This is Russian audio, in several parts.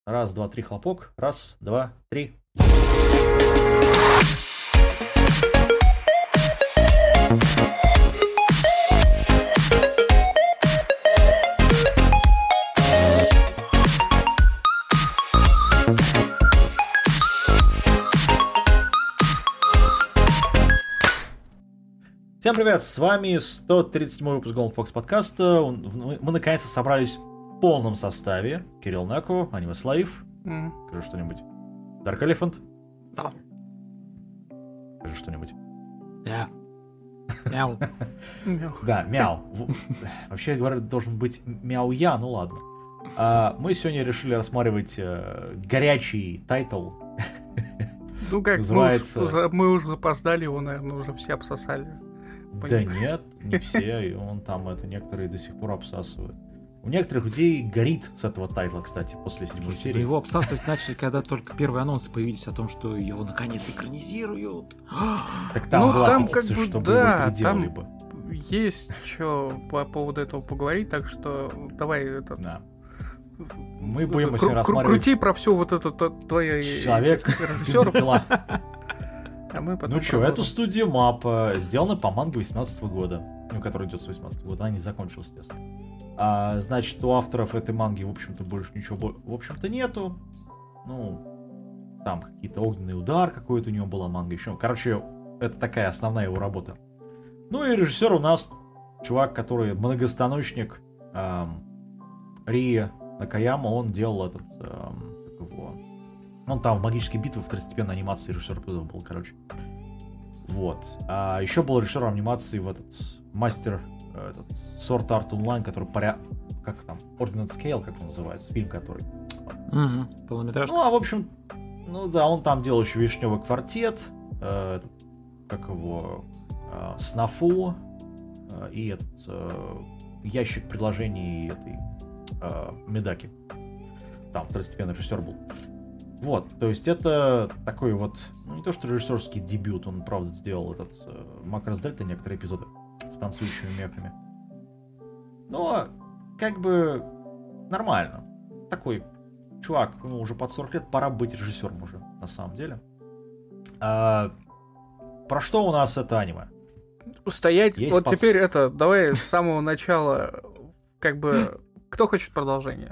Раз, два, три, хлопок. Раз, два, три. Всем привет, с вами 137-й выпуск Golden Fox подкаста. Мы наконец-то собрались в полном составе. Кирилл Неко, Аниме Слайв. Скажи что-нибудь. Dark Elephant. Да. Скажи что-нибудь. Мяу. Да, мяу. Вообще, говорят, должен быть мяу-я, ну ладно. Мы сегодня решили рассматривать горячий тайтл. Ну как, называется... мы уже запоздали, его, наверное, уже все обсосали. Да нет, не все, и он там некоторые до сих пор обсасывают. У некоторых людей горит с этого тайтла, кстати, после 7 серии. Его обсасывать начали, когда только первые анонсы появились о том, что его наконец экранизируют. Так там была там петиция, как бы, чтобы да, его переделали там бы. Есть что по поводу этого поговорить, так что давай это... Да. Мы будем сегодня рассматривать... Крути про все вот это твое... Человек бензопила. А мы потом ну что, эту студию Мапа сделана по манге 18 года, которая идет с 18 года, она не закончилась, естественно. Значит, у авторов этой манги, в общем-то, больше ничего, в общем-то, нету. Ну, там какие-то огненный удар какой-то у него была манга еще. Короче, это такая основная его работа. Ну и режиссер у нас чувак, который многостаночник, Рия Накаяма, он делал этот, он там в «Магической битве» второстепенной анимации режиссер был, короче. Вот. А еще был режиссером анимации в этот мастер Sword Art Online, который как там, Ordnance Scale, как он называется, фильм, который. Полнометражка. Ну, а в общем, ну да, он там делал еще «Вишневый квартет», как его, «Снафу», и этот ящик предложений этой Медаки. Там второстепенный режиссер был. Вот, то есть это такой вот, ну не то что режиссерский дебют, он правда сделал этот Макрос Дельта, некоторые эпизоды с танцующими мехами. Но как бы нормально. Такой чувак, ему уже под 40 лет, пора быть режиссером уже, на самом деле. Про что у нас это аниме? Устоять, есть вот теперь давай с самого начала, как бы, кто хочет продолжение?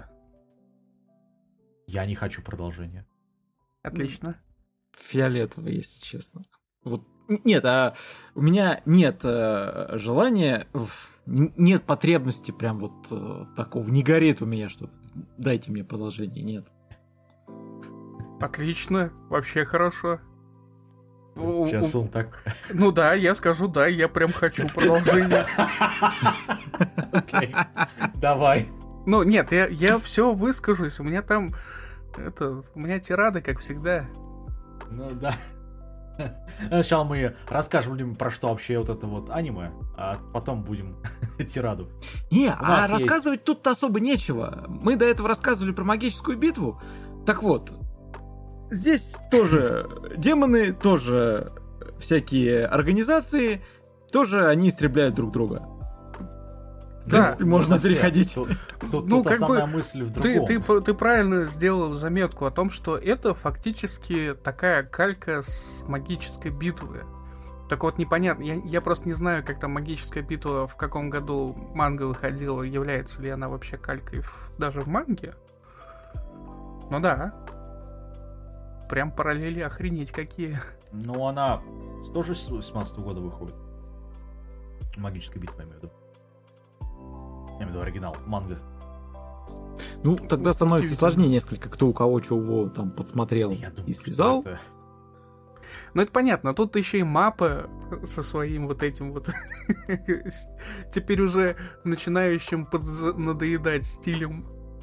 Я не хочу продолжения. Отлично. Фиолетово, если честно. Вот. Нет, у меня нет желания, нет потребности прям вот такого, не горит у меня, что дайте мне продолжение, нет. Отлично, вообще хорошо. Сейчас он так... Ну да, я скажу, да, я прям хочу продолжение. Окей, давай. Ну нет, я все выскажусь, у меня там... у меня тирады, как всегда. Ну да. Сначала мы расскажем, про что вообще вот это вот аниме, а потом будем тираду. Не, рассказывать тут особо нечего. Мы до этого рассказывали про магическую битву. Так вот, здесь тоже демоны, тоже всякие организации, тоже они истребляют друг друга. В принципе, можно переходить. Тут основная мысль в другом. Ты правильно сделал заметку о том, что это фактически такая калька с магической битвы. Так вот, непонятно, я просто не знаю, как там магическая битва, в каком году манга выходила, является ли она вообще калькой даже в манге. Ну да. Прям параллели охренеть какие. Ну, она тоже с 18 года выходит. Магическая битва, я имею в виду. Я имею в виду оригинал, манга. Ну, тогда становится сложнее несколько, кто у кого чего там подсмотрел и слезал. Ну, это понятно, тут еще и Мапа со своим вот этим вот теперь уже начинающим надоедать стилем.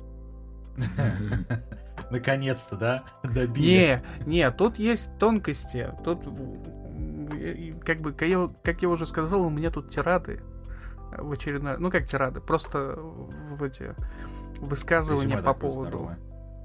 Наконец-то, да? Добили. Не, тут есть тонкости. Тут, как бы, как я уже сказал, у меня тут тирады в очередной... Ну, как тирады, просто в эти высказывания по поводу... Здоровое.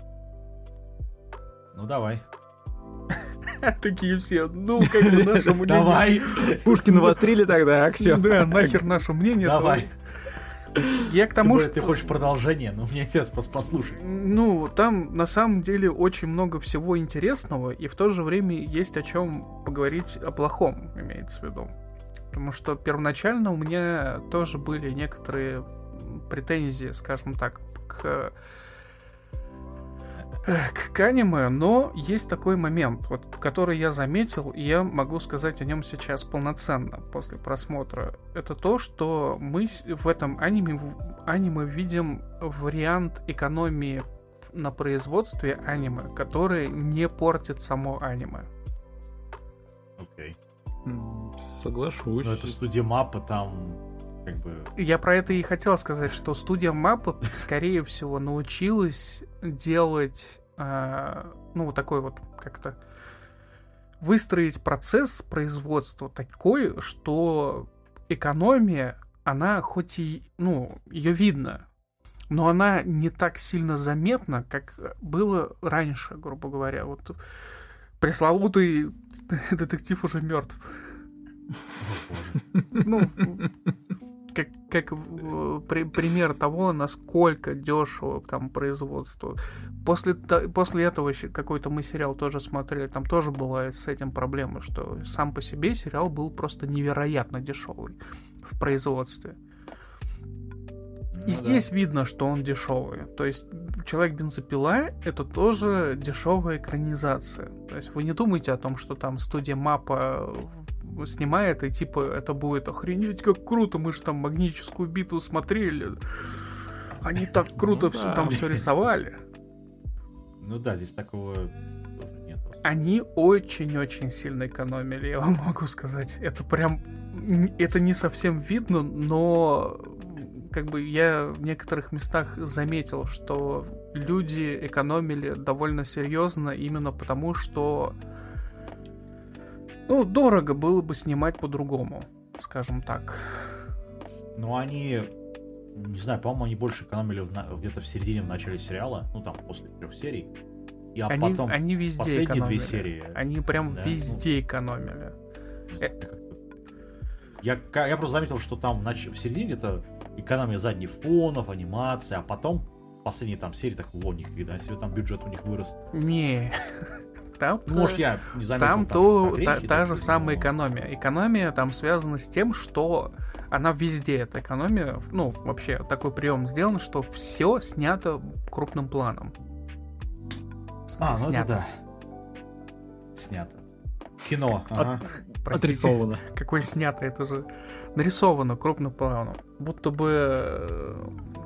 Ну, давай. Такие все, ну, как бы наше мнение... Давай. Пушки навострили тогда, все. Да, нахер наше мнение. Давай. Я к тому, что... Ты хочешь продолжение, но мне интересно просто послушать. Ну, там на самом деле очень много всего интересного, и в то же время есть о чем поговорить о плохом, имеется в виду. Потому что первоначально у меня тоже были некоторые претензии, скажем так, к аниме, но есть такой момент, вот, который я заметил, и я могу сказать о нем сейчас полноценно после просмотра. Это то, что мы в этом аниме видим вариант экономии на производстве аниме, который не портит само аниме. Окей. Соглашусь. Но это студия Маппа, там как бы... Я про это и хотел сказать, что студия Маппа, скорее всего, научилась делать, ну, такой вот как-то выстроить процесс производства такой, что экономия, она хоть и, ну, ее видно, но она не так сильно заметна, как было раньше, грубо говоря. Вот пресловутый детектив уже мертв. Ну, как пример того, насколько дешево там производство. После этого еще какой-то мы сериал тоже смотрели, там тоже была с этим проблема, что сам по себе сериал был просто невероятно дешевый в производстве. И здесь видно, что он дешевый. То есть Человек-бензопила — это тоже дешевая экранизация. То есть вы не думаете о том, что там студия Маппа снимает, и типа это будет охренеть как круто, мы же там магническую битву смотрели. Они так круто там все рисовали. Ну да, здесь такого тоже нет. Они очень-очень сильно экономили, я вам могу сказать. Это прям... Это не совсем видно, но... Как бы я в некоторых местах заметил, что люди экономили довольно серьезно именно потому, что, ну, дорого было бы снимать по-другому, скажем так. Ну, они, не знаю, по-моему, они больше экономили где-то в середине, в начале сериала, ну, там, после 3 серий. И потом они везде последние экономили. 2 серии. Они прям везде экономили. Я просто заметил, что там в середине где-то экономия задних фонов, анимация, а потом последние там серии, так, нифига себе, там бюджет у них вырос. Не, там, может, я не заметил. Там та же самая экономия. Экономия там связана с тем, что она везде, эта экономия, ну, вообще, такой прием сделан, что все снято крупным планом. Ну это да. Снято. Кино. Отрисовано. Какое снято, это же нарисовано крупным планом. Будто бы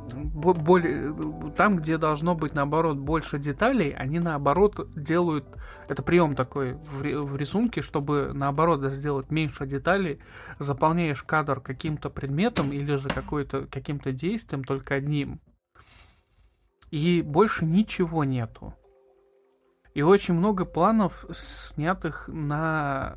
там, где должно быть, наоборот, больше деталей, они, наоборот, делают... Это прием такой в рисунке, чтобы, наоборот, сделать меньше деталей, заполняешь кадр каким-то предметом или же каким-то действием, только одним. И больше ничего нету. И очень много планов, снятых на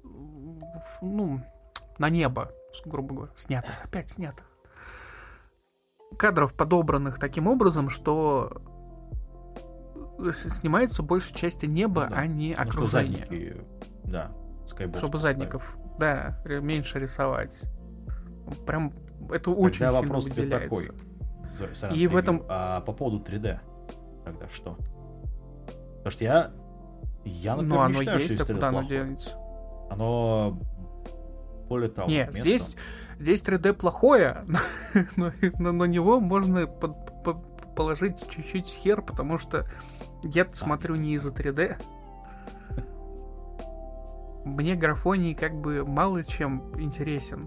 небо, грубо говоря. Опять снятых. Кадров, подобранных таким образом, что снимается большей части неба, а не окружение. Задники, да, скайбокс. Чтобы задников, да, меньше рисовать. Прям это очень тогда сильно выделяется. Такой, и в этом... А по поводу 3D, тогда что? Потому что я например, оно не считаю, есть, что а куда оно плохое. денется? Оно более того. Нет, здесь 3D плохое, но на него можно положить чуть-чуть хер, потому что я смотрю не из-за 3D. Мне графоний как бы мало чем интересен.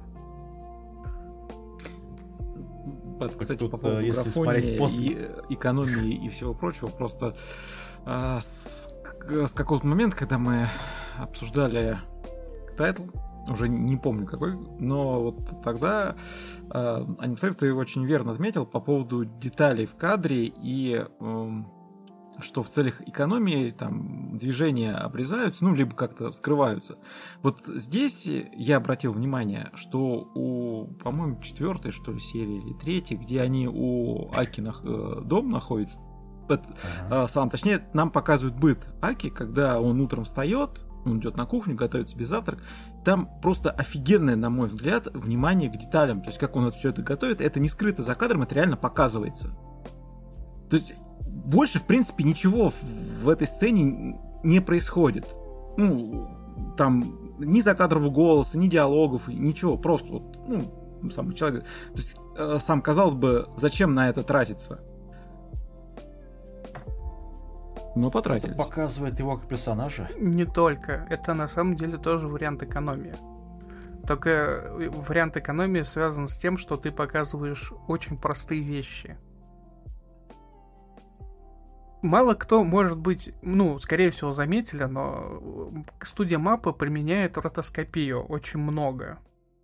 Кстати, по поводу графонии и экономии и всего прочего, просто с какого-то момента, когда мы обсуждали тайтл, уже не помню какой, но вот тогда Анимсайф, ты очень верно отметил по поводу деталей в кадре и что в целях экономии там движения обрезаются, ну, либо как-то скрываются. Вот здесь я обратил внимание, что у, по-моему, 4-й, что ли, серии или 3-й, где они у Акинах дом находится, точнее, нам показывают быт Аки, когда он утром встает, Он идет на кухню, готовит себе завтрак. Там просто офигенное, на мой взгляд, внимание к деталям. То есть, как он все это готовит, это не скрыто за кадром, это реально показывается. То есть, больше, в принципе, ничего в этой сцене не происходит. Ну, там ни закадрового голоса, ни диалогов, ничего. Просто вот, ну, сам человек... То есть, сам, казалось бы, зачем на это тратиться? Но потратились. Это показывает его как персонажа. Не только. Это на самом деле тоже вариант экономии. Только вариант экономии связан с тем, что ты показываешь очень простые вещи. Мало кто, может быть, ну, скорее всего, заметили, но студия Маппа применяет ротоскопию очень много.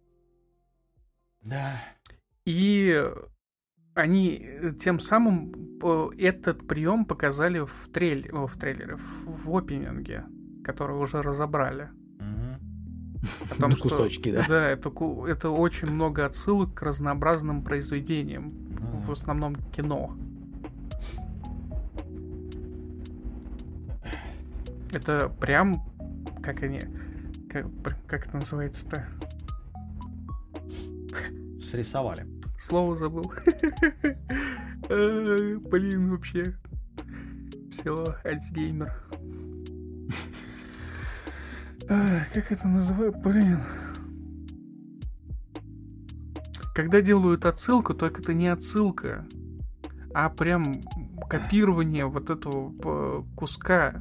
Да. И они тем самым этот прием показали в трейлере, в опенинге, который уже разобрали. Потому на кусочки, да? Да, это очень много отсылок к разнообразным произведениям, в основном кино. Это прям, как это называется-то? Срисовали. Слово забыл. Блин, вообще. Все, альцгеймер. Как это называют? Блин. Когда делают отсылку, только это не отсылка, а прям копирование вот этого куска.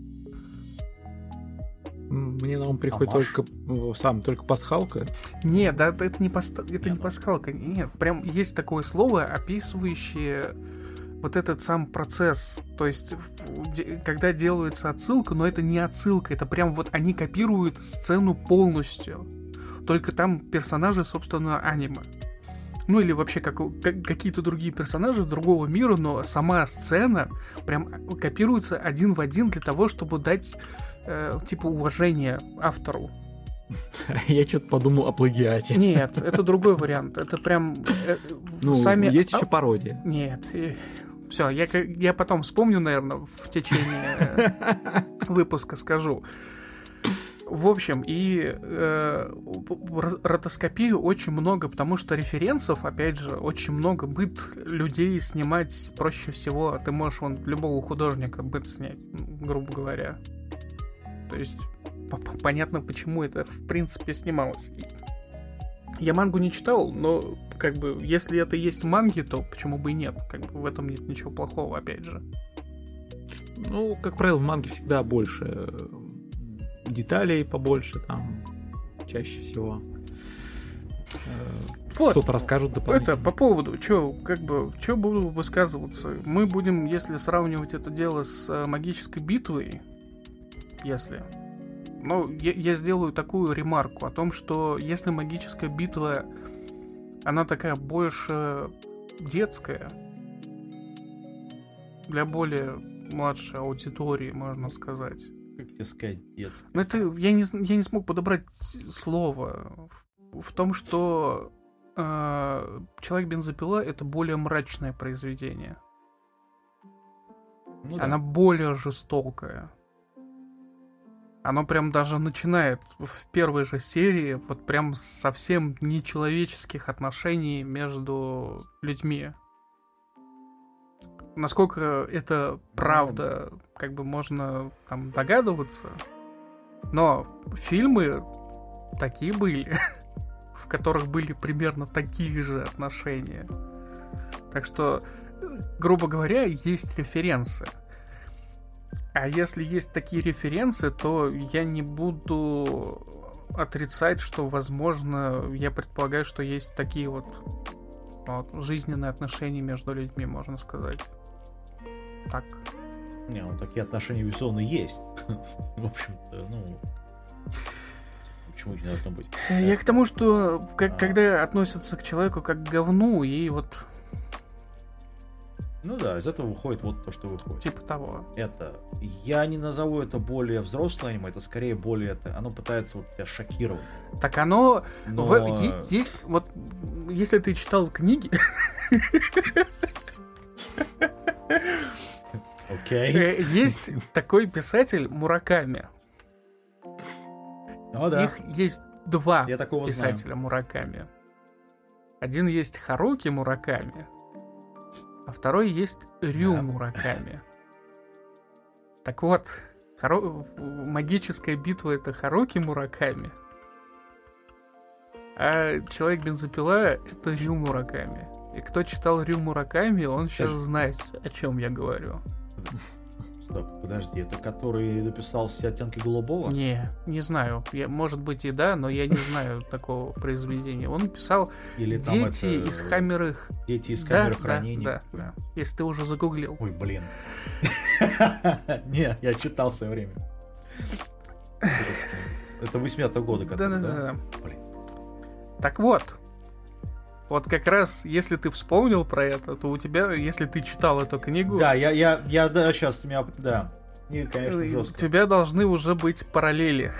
Мне на ум приходит только пасхалка. Нет, да, это не пасхалка. Нет, прям есть такое слово, описывающее вот этот сам процесс. То есть, когда делается отсылка, но это не отсылка, это прям вот они копируют сцену полностью. Только там персонажи, собственно, аниме. Ну или вообще какие-то другие персонажи другого мира, но сама сцена прям копируется один в один для того, чтобы дать типа уважение автору. Я что-то подумал о плагиате. Нет, это другой вариант. Это прям сами... Есть еще пародия. Нет. Все, я потом вспомню, наверное, в течение выпуска скажу. В общем, и ротоскопию очень много, потому что референсов, опять же, очень много. Быт людей снимать проще всего. Ты можешь любого художника быт снять, грубо говоря. То есть понятно, почему это в принципе снималось. Я мангу не читал, но как бы если это есть в манге, то почему бы и нет? Как бы в этом нет ничего плохого, опять же. Ну, как правило, в манге всегда больше деталей, побольше там чаще всего. Вот. Кто-то расскажет дополнительно. Это по поводу, что буду высказываться. Мы будем, если сравнивать это дело с магической битвой, я сделаю такую ремарку о том, что если магическая битва, она такая больше детская, для более младшей аудитории, можно сказать. Как тебе сказать, детская? Но это я не смог подобрать слово. В том, что Человек-бензопила — это более мрачное произведение. Ну, да. Она более жестокая. Оно прям даже начинает в первой же серии вот прям совсем нечеловеческих отношений между людьми. Насколько это правда, как бы можно там догадываться. Но фильмы такие были, в которых были примерно такие же отношения. Так что, грубо говоря, есть референсы. А если есть такие референсы, то я не буду отрицать, что, возможно, я предполагаю, что есть такие вот жизненные отношения между людьми, можно сказать. Так. Не, такие отношения, безусловно, есть. В общем-то, почему их не должно быть? Я к тому, что когда относятся к человеку как к говну, и вот... Ну да, из этого выходит вот то, что выходит. Типа того. Это. Я не назову это более взрослое аниме, это скорее более... Оно пытается тебя шокировать. Так оно... Есть... Вот, если ты читал книги... Окей. Есть такой писатель Мураками. О, да. Их есть два Я такого писателя знаю. Мураками. Один есть Харуки Мураками, а второй есть Рю Да. Мураками. Так вот, магическая битва — это Харуки Мураками, а Человек-бензопила — это Рю Мураками. И кто читал Рю Мураками, он сейчас знает, о чем я говорю. Стоп, подожди, это который написал «Все оттенки голубого»? Не знаю. Может быть и да, но я не знаю такого произведения. Он писал Или там «Дети это, из камеры...» «Дети из Да, камеры да, хранения». да. Если ты уже загуглил. Ой, блин. Не, я читал в свое время. Это 80-го года, который, да? Да. Блин. Так вот как раз, если ты вспомнил про это, то у тебя, если ты читал эту книгу... Да, я, да, сейчас меня, да. И, конечно, у жестко. тебя должны уже быть параллели.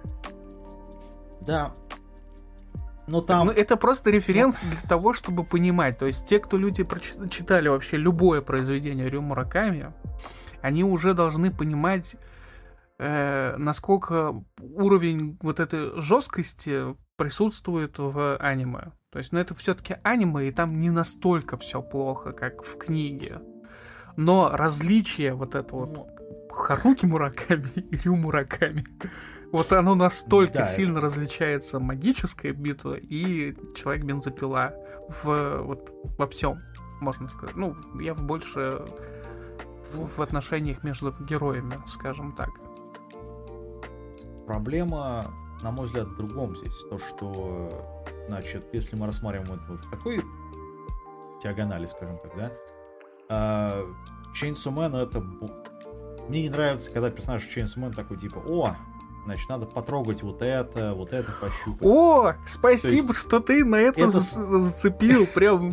Да. Но там... Ну, это просто референс для того, чтобы понимать. То есть те, кто люди читали вообще любое произведение Рю Мураками, они уже должны понимать, насколько уровень вот этой жесткости присутствует в аниме. То есть, это все-таки аниме, и там не настолько все плохо, как в книге. Но различие вот это вот Харуки Мураками и Рю Мураками, вот оно настолько сильно различается, магическая битва и Человек-бензопила во всем, можно сказать. Ну, я больше в отношениях между героями, скажем так. Проблема, на мой взгляд, в другом здесь. То, что, значит, если мы рассматриваем это в такой диагонали, скажем так, да, Chainsaw Man это... Мне не нравится, когда персонаж Chainsaw Man такой, типа, значит, надо потрогать вот это пощупать. О, спасибо, что ты на это зацепил, прям...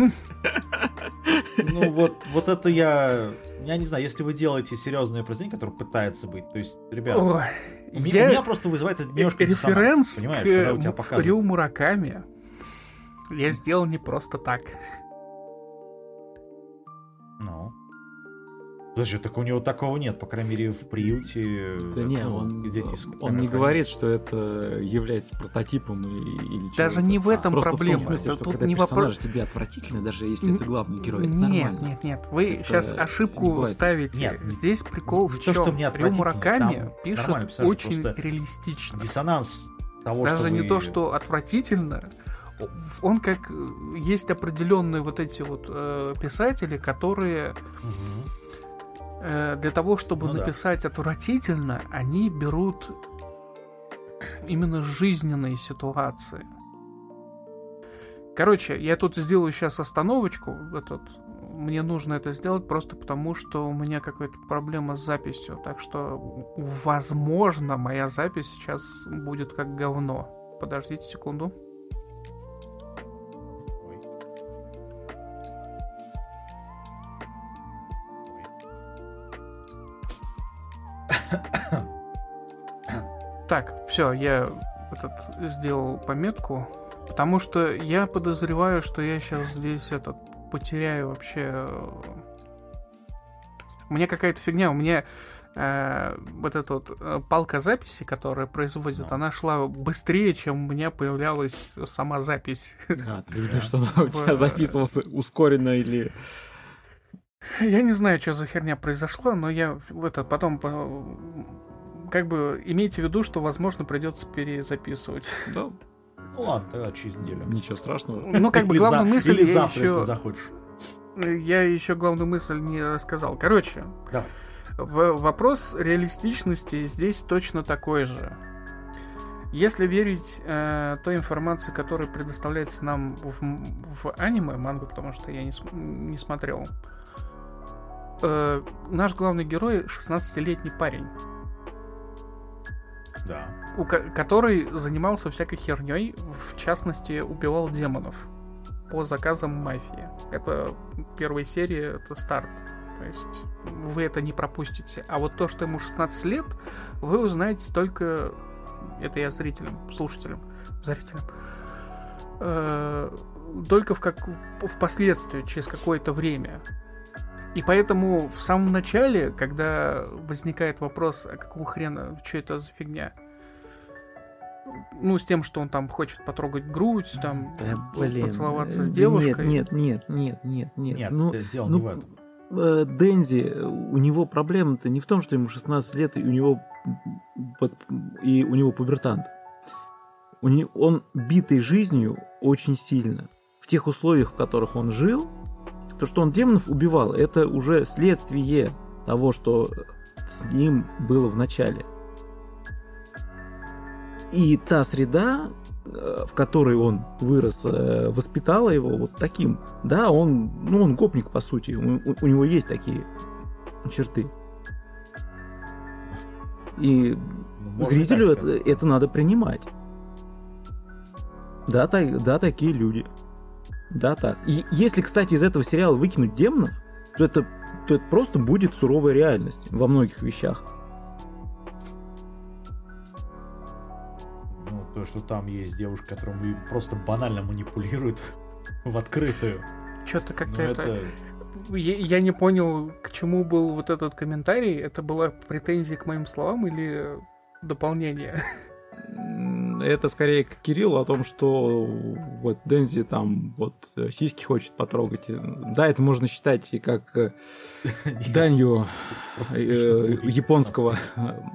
Ну, вот это я не знаю, если вы делаете серьезное произведение, которое пытается быть, то есть, ребят, у меня просто вызывает это немножко референс диссонанс, понимаешь, когда у тебя к Рю Мураками я сделал не просто так. Ну. Подожди, так у него такого нет, по крайней мере, в приюте. Да нет, он не говорит, что это является прототипом или даже не в этом проблема. В том смысле, что когда персонажи тебе отвратительны, даже если это главный герой, это нормально. Нет, вы это сейчас ошибку ставите. Нет, здесь прикол в чем? Рю Мураками пишет очень реалистично. Диссонанс того, даже что не то, что отвратительно. Он как... Есть определенные вот эти вот писатели, которые... Для того, чтобы написать отвратительно, они берут именно жизненные ситуации. Короче, я тут сделаю сейчас остановочку. Мне нужно это сделать просто потому, что у меня какая-то проблема с записью. Так что, возможно, моя запись сейчас будет как говно. Подождите секунду. Так, все, я сделал пометку, потому что я подозреваю, что я сейчас здесь потеряю вообще. У меня какая-то фигня, у меня палка записи, которая производит, она шла быстрее, чем у меня появлялась сама запись. Ты видишь, что она у тебя записывалась ускоренно или... Я не знаю, что за херня произошла, но я потом... Как бы имейте в виду, что, возможно, придется перезаписывать. Да. Ну ладно, тогда через неделю. Ничего страшного. Ну, как бы главную мысль или завтра, если захочешь. Я еще главную мысль не рассказал. Короче, давай. Вопрос реалистичности здесь точно такой же. Если верить той информации, которая предоставляется нам в аниме, мангу, потому что я не смотрел, наш главный герой 16-летний парень. Да. Который занимался всякой херней, в частности, убивал демонов по заказам мафии. Это первая серия, это старт. То есть вы это не пропустите. А вот то, что ему 16 лет, вы узнаете только... Это я слушателям, зрителям. Только впоследствии, через какое-то время. И поэтому в самом начале, когда возникает вопрос, а какого хрена, что это за фигня, Ну, с тем, что он там хочет потрогать грудь, там, поцеловаться с Нет, девушкой. Нет. Нет, Ну, дело не в этом. Дэнди, у него проблема-то не в том, что ему 16 лет, и у него пубертант. Он битый жизнью очень сильно. В тех условиях, в которых он жил, то, что он демонов убивал, это уже следствие того, что с ним было в начале. И та среда, в которой он вырос, воспитала его вот таким. Да, он гопник, по сути. У него есть такие черты. И зрителю это надо принимать. Да, такие люди. Да, так. И если, кстати, из этого сериала выкинуть демонов, то это просто будет суровая реальность во многих вещах. Ну, то, что там есть девушка, которую просто банально манипулируют в открытую. Что-то как-то это... Я не понял, к чему был вот этот комментарий. Это была претензия к моим словам или дополнение? Это скорее к Кириллу о том, что вот Дэнзи там вот сиськи хочет потрогать. Да, это можно считать и как данью японского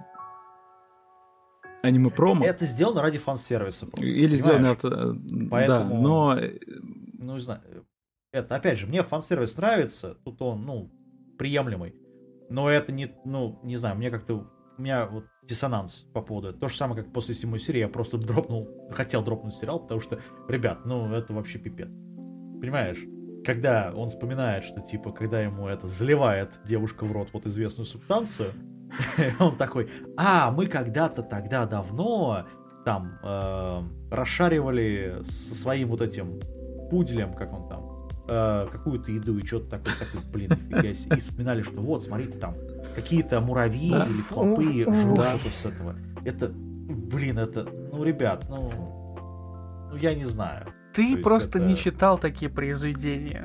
аниме-промо. Это сделано ради фан-сервиса. Или сделано это... Поэтому... Да, но... Ну, не знаю. Это, опять же, мне фан-сервис нравится. Тут он, приемлемый. Но это не... не знаю, мне как-то... У меня вот диссонанс по поводу этого. То же самое, как после 7 серии я просто хотел дропнуть сериал, потому что, ребят, это вообще пипец. Понимаешь? Когда он вспоминает, что, типа, когда ему это заливает девушка в рот вот известную субстанцию, он такой, мы когда-то тогда давно там расшаривали со своим вот этим пуделем, как он там, какую-то еду и что-то такое, блин, нифига себе. И вспоминали, что вот, смотрите, там какие-то муравьи или клопы жрут что-то с этого. Это, ребят, я не знаю. Ты просто не читал такие произведения.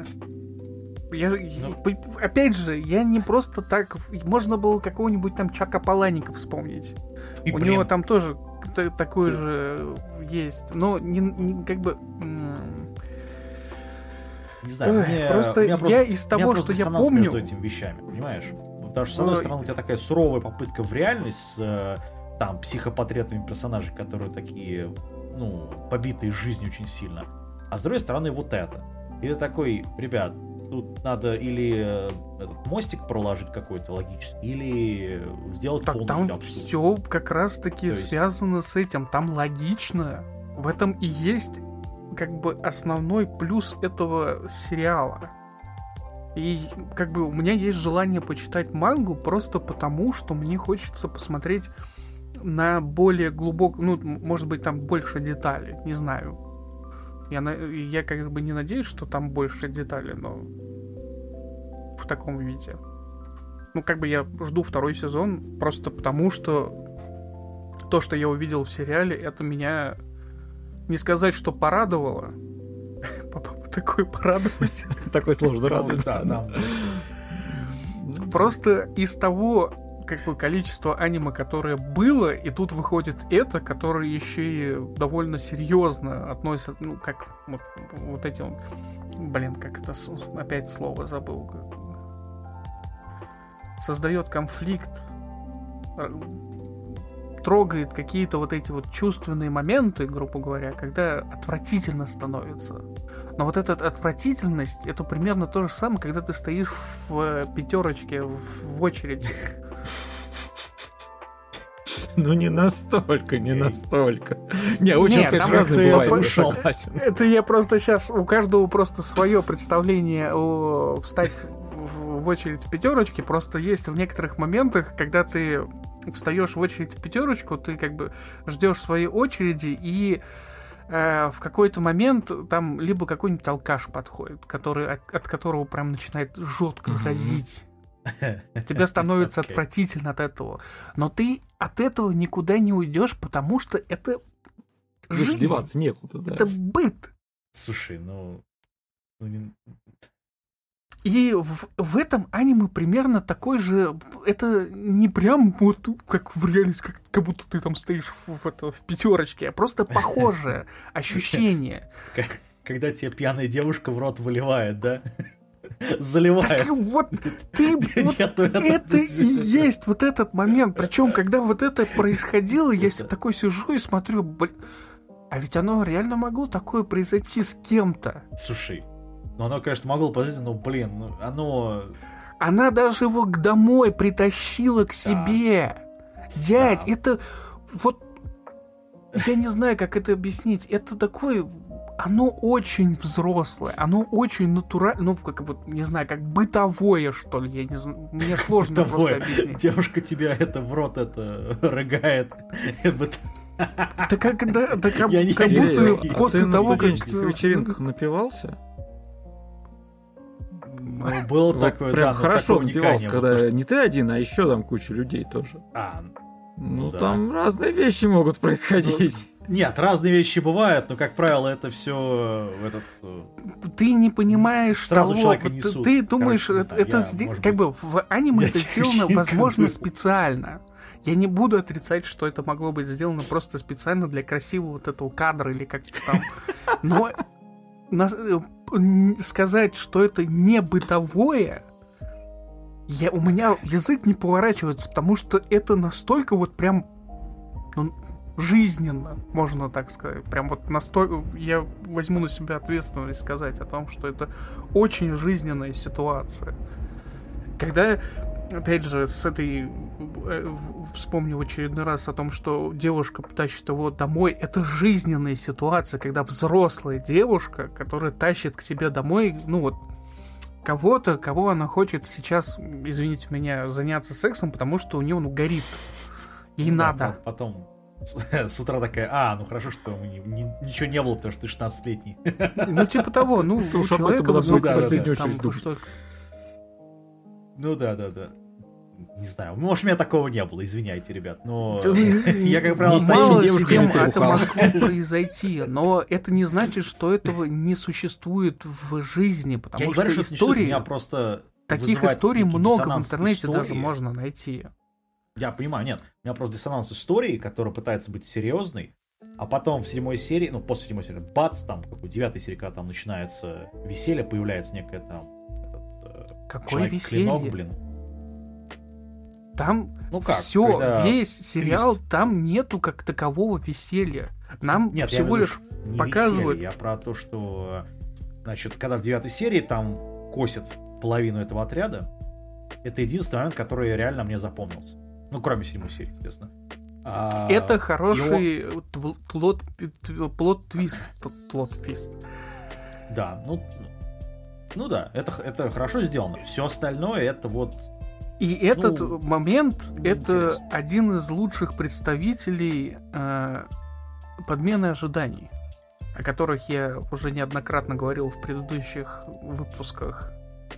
Опять же, я не просто так... Можно было какого-нибудь там Чака Паланика вспомнить. У него там тоже такой же есть. Но как бы... Не знаю, я из того, что я помню... между этими вещами, понимаешь? Потому что, с одной стороны, у тебя такая суровая попытка в реальность с там психопортретами персонажей, которые такие, побитые жизнью очень сильно. А с другой стороны, вот это. И ты такой, ребят, тут надо или этот мостик проложить какой-то логический, или сделать полностью там абсурд. Все как раз-таки связано с этим. Там логично. В этом и есть как бы основной плюс этого сериала. И как бы у меня есть желание почитать мангу просто потому, что мне хочется посмотреть на более глубокую, может быть, там больше деталей, не знаю. Я как бы не надеюсь, что там больше деталей, но в таком виде. Как бы я жду второй сезон просто потому, что то, что я увидел в сериале, это меня не сказать, что порадовало. Такое порадовать. Такой сложно радовать. Просто из того количества аниме, которое было, и тут выходит это, которое еще и довольно серьезно относят, как вот эти вот... Блин, как это... Опять слово забыл. Создает конфликт, трогает какие-то вот эти вот чувственные моменты, грубо говоря, когда отвратительно становится. Но вот эта отвратительность, это примерно то же самое, когда ты стоишь в пятерочке в очереди. Не настолько. Не, очень, конечно, разные бывают, согласен. Это я просто сейчас, у каждого просто свое представление о встать в очередь в пятерочке, просто есть в некоторых моментах, когда ты встаешь в очередь в пятерочку, ты как бы ждешь своей очереди, и в какой-то момент там либо какой-нибудь алкаш подходит, от которого прям начинает жестко разить. Тебе становится отвратительно от этого. Но ты от этого никуда не уйдешь, потому что это жизнь. Деваться некуда, да. Это быт. Слушай, И в этом аниме примерно такой же... Это не прям вот как в реальности, как будто ты там стоишь в пятерочке, а просто похожее ощущение. Когда тебе пьяная девушка в рот выливает, да? Заливает. Так вот, ты... Вот это и есть вот этот момент. Причем, когда вот это происходило, я такой сижу и смотрю, блин, а ведь оно реально могло такое произойти с кем-то. Слушай, ну оно, конечно, могло произойти, но, блин, ну, оно... Она даже его домой притащила к себе. Дядь, это... Вот... Я не знаю, как это объяснить. Это такое... Оно очень взрослое, оно очень натуральное, ну, как бы, не знаю, как бытовое, что ли, я не знаю, мне сложно просто объяснить. Девушка тебя это в рот это рыгает. Да когда, да как будто после того, как... Ты на вечеринках напивался? Ну, было такое, прям да, хорошо напивался, когда не ты один, а еще там куча людей тоже. Ну, там разные вещи могут происходить. Нет, разные вещи бывают, но, как правило, это все Ты не понимаешь сразу того, человека несут. Ты думаешь, короче, это как бы в аниме это сделано, возможно, специально. Я не буду отрицать, что это могло быть сделано просто специально для красивого вот этого кадра или как-то там. Но сказать, что это не бытовое, у меня язык не поворачивается, потому что это настолько вот прям жизненно, можно так сказать. Прям вот настолько... Я возьму на себя ответственность сказать о том, что это очень жизненная ситуация. Когда, опять же, с этой... Вспомню в очередной раз о том, что девушка тащит его домой. Это жизненная ситуация, когда взрослая девушка, которая тащит к себе домой, ну вот, кого-то, кого она хочет сейчас, извините меня, заняться сексом, потому что у нее он горит. Ей надо. Потом с утра такая, ну хорошо, что ничего не было, потому что ты 16-летний. Ну, типа того, ну, у человека Ну да. Не знаю, может, у меня такого не было, извиняйте, ребят, но я, как правило, мало с кем это могло произойти, но это не значит, что этого не существует в жизни, потому что истории... Таких историй много в интернете даже можно найти. Я понимаю, нет. У меня просто диссонанс истории, которая пытается быть серьезной, а потом в 7 серии, ну, после 7 серии, бац, там, как у 9 серии, когда там начинается веселье, появляется некое там... Какое веселье? Клинок, блин. Там все, весь сериал, там нету как такового веселья. Нам всего лишь показывают... Я про то, что, значит, когда в 9 серии там косят половину этого отряда, это единственный момент, который реально мне запомнился. Ну, кроме 7 серии, естественно. Это хороший плот-твист. Да, ну да, это хорошо сделано. Все остальное это вот... И этот момент, это один из лучших представителей подмены ожиданий, о которых я уже неоднократно говорил в предыдущих выпусках.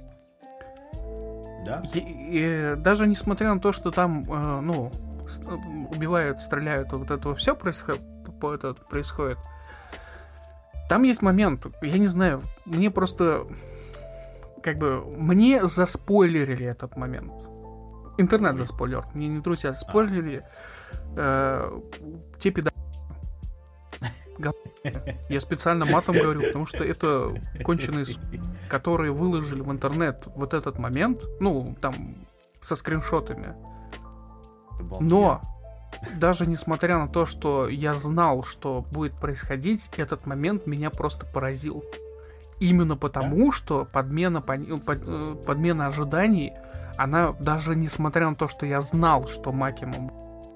Да? И даже несмотря на то, что там, убивают, стреляют, вот этого все происходит, там есть момент, я не знаю, мне просто, мне заспойлерили этот момент. Интернет заспойлер, мне не друзья заспойлерили. Те пидоры. Я специально матом говорю, потому что это конченые, которые выложили в интернет вот этот момент, там, со скриншотами. Но, даже несмотря на то, что я знал, что будет происходить, этот момент меня просто поразил. Именно потому, что подмена ожиданий, она, даже несмотря на то, что я знал, что Макима...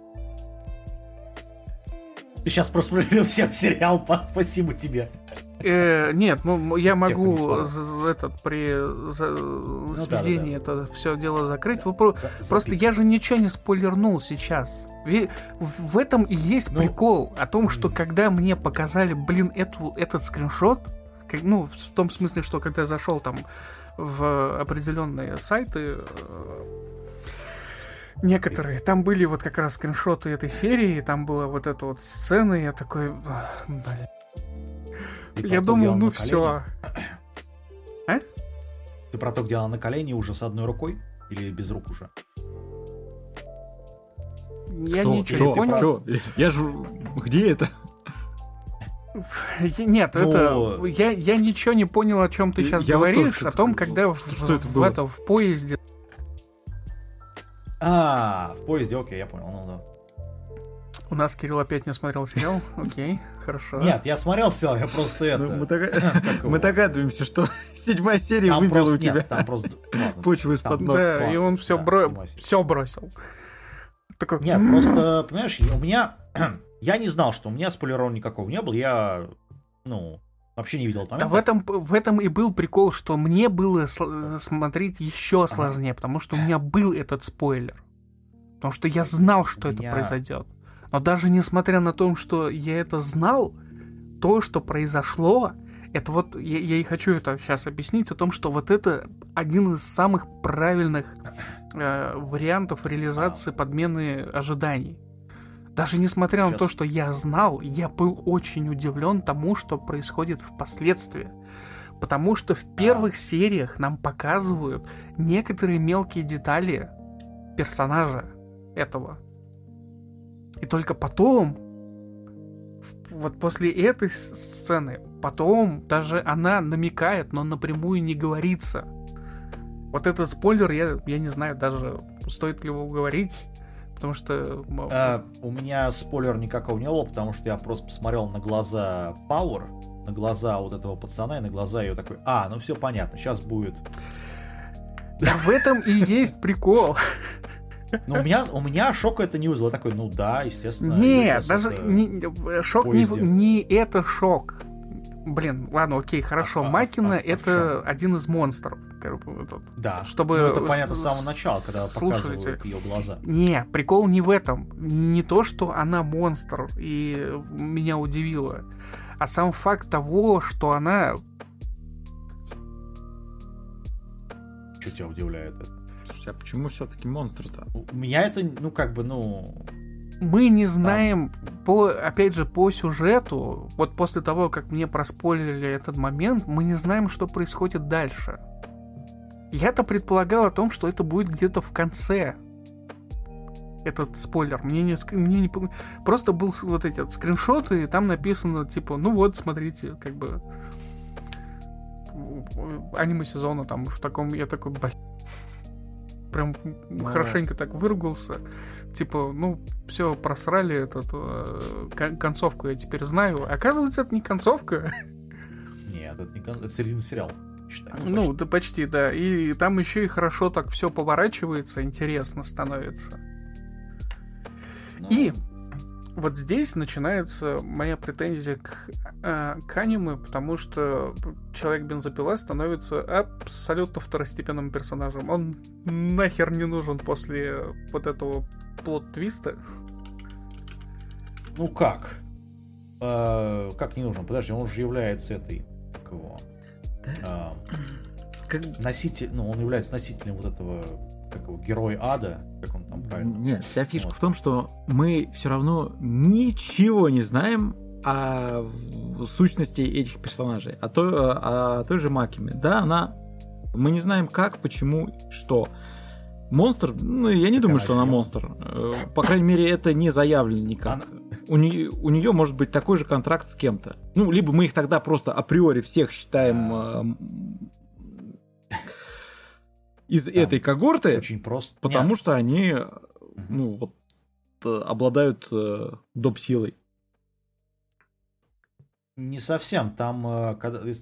Ты сейчас просто провел всем сериал, спасибо тебе. Нет, я могу при сведении это все дело закрыть. Просто я же ничего не спойлернул сейчас. В этом и есть прикол. О том, что когда мне показали, этот скриншот, в том смысле, что когда я зашел там в определенные сайты, некоторые, там были вот как раз скриншоты этой серии, там была вот эта вот сцена, и я такой... Я думал, все. А? Ты про то, где она на колени уже с одной рукой? Или без рук уже? Я ничего не понял. Что? Я же... Где это? Нет, это... Я ничего не понял, о чем ты сейчас говоришь. О том, когда в поезде... В поезде, окей, я понял. Ну, да. У нас Кирилл опять не смотрел сериал. Окей, хорошо. Нет, я смотрел сериал, я просто это... Мы догадываемся, что 7-я серия выбила у тебя почву из-под ног. Да, и он все бросил. Нет, просто, понимаешь, у меня... Я не знал, что у меня спойлеров никакого не было. Я, вообще не видел момента. Да в этом и был прикол, что мне было смотреть еще сложнее, потому что у меня был этот спойлер. Потому что я знал, что это произойдет. Но даже несмотря на то, что я это знал, то, что произошло, это вот, я и хочу это сейчас объяснить, о том, что вот это один из самых правильных вариантов реализации подмены ожиданий. Даже несмотря на то, что я знал, я был очень удивлен тому, что происходит впоследствии. Потому что в первых сериях нам показывают некоторые мелкие детали персонажа этого. И только потом, вот после этой сцены, потом даже она намекает, но напрямую не говорится. Вот этот спойлер, я не знаю даже, стоит ли его говорить. Потому что... у меня спойлер никакого не было, потому что я просто посмотрел на глаза Пауэр, на глаза вот этого пацана, и на глаза ее такой, ну все понятно, сейчас будет... Да в этом и есть прикол. Но у меня шок это не вызвало. Такой, да, естественно. Нет, даже шок не это шок. Блин, ладно, окей, хорошо. Макина это один из монстров. Да, чтобы это понятно с самого начала, когда показывают ее глаза. Не, прикол не в этом. Не то, что она монстр, и меня удивило, а сам факт того, что она... Что тебя удивляет это? Слушайте, а почему все-таки монстр-то? У меня это, Мы не знаем, опять же, по сюжету, вот после того, как мне проспойлерили этот момент, мы не знаем, что происходит дальше. Я-то предполагал о том, что это будет где-то в конце. Этот спойлер. Мне не... Просто был вот эти скриншот, и там написано, типа, смотрите, как бы... Аниме сезона там в таком... Я такой, прям хорошенько так выругался. Типа, все, просрали концовку, я теперь знаю. Оказывается, это не концовка. Нет, это не концовка, это середина сериала. Да почти, да. И там еще и хорошо так все поворачивается, интересно становится. И вот здесь начинается моя претензия к аниме, потому что Человек-бензопила становится абсолютно второстепенным персонажем. Он нахер не нужен после вот этого плот-твиста. Как? Как не нужен? Подожди, он же является этой... носитель, он является носителем вот этого героя ада, как он там правильно. Нет, вся фишка в том, что мы все равно ничего не знаем о сущности этих персонажей, о той же Макиме. Да, мы не знаем как, почему, что. Монстр, я не думаю, что она монстр. По крайней мере, это не заявлено никак. У нее может быть такой же контракт с кем-то. Либо мы их тогда просто априори всех считаем из этой когорты, очень просто. Потому что они обладают доп-силой. Не совсем. Там,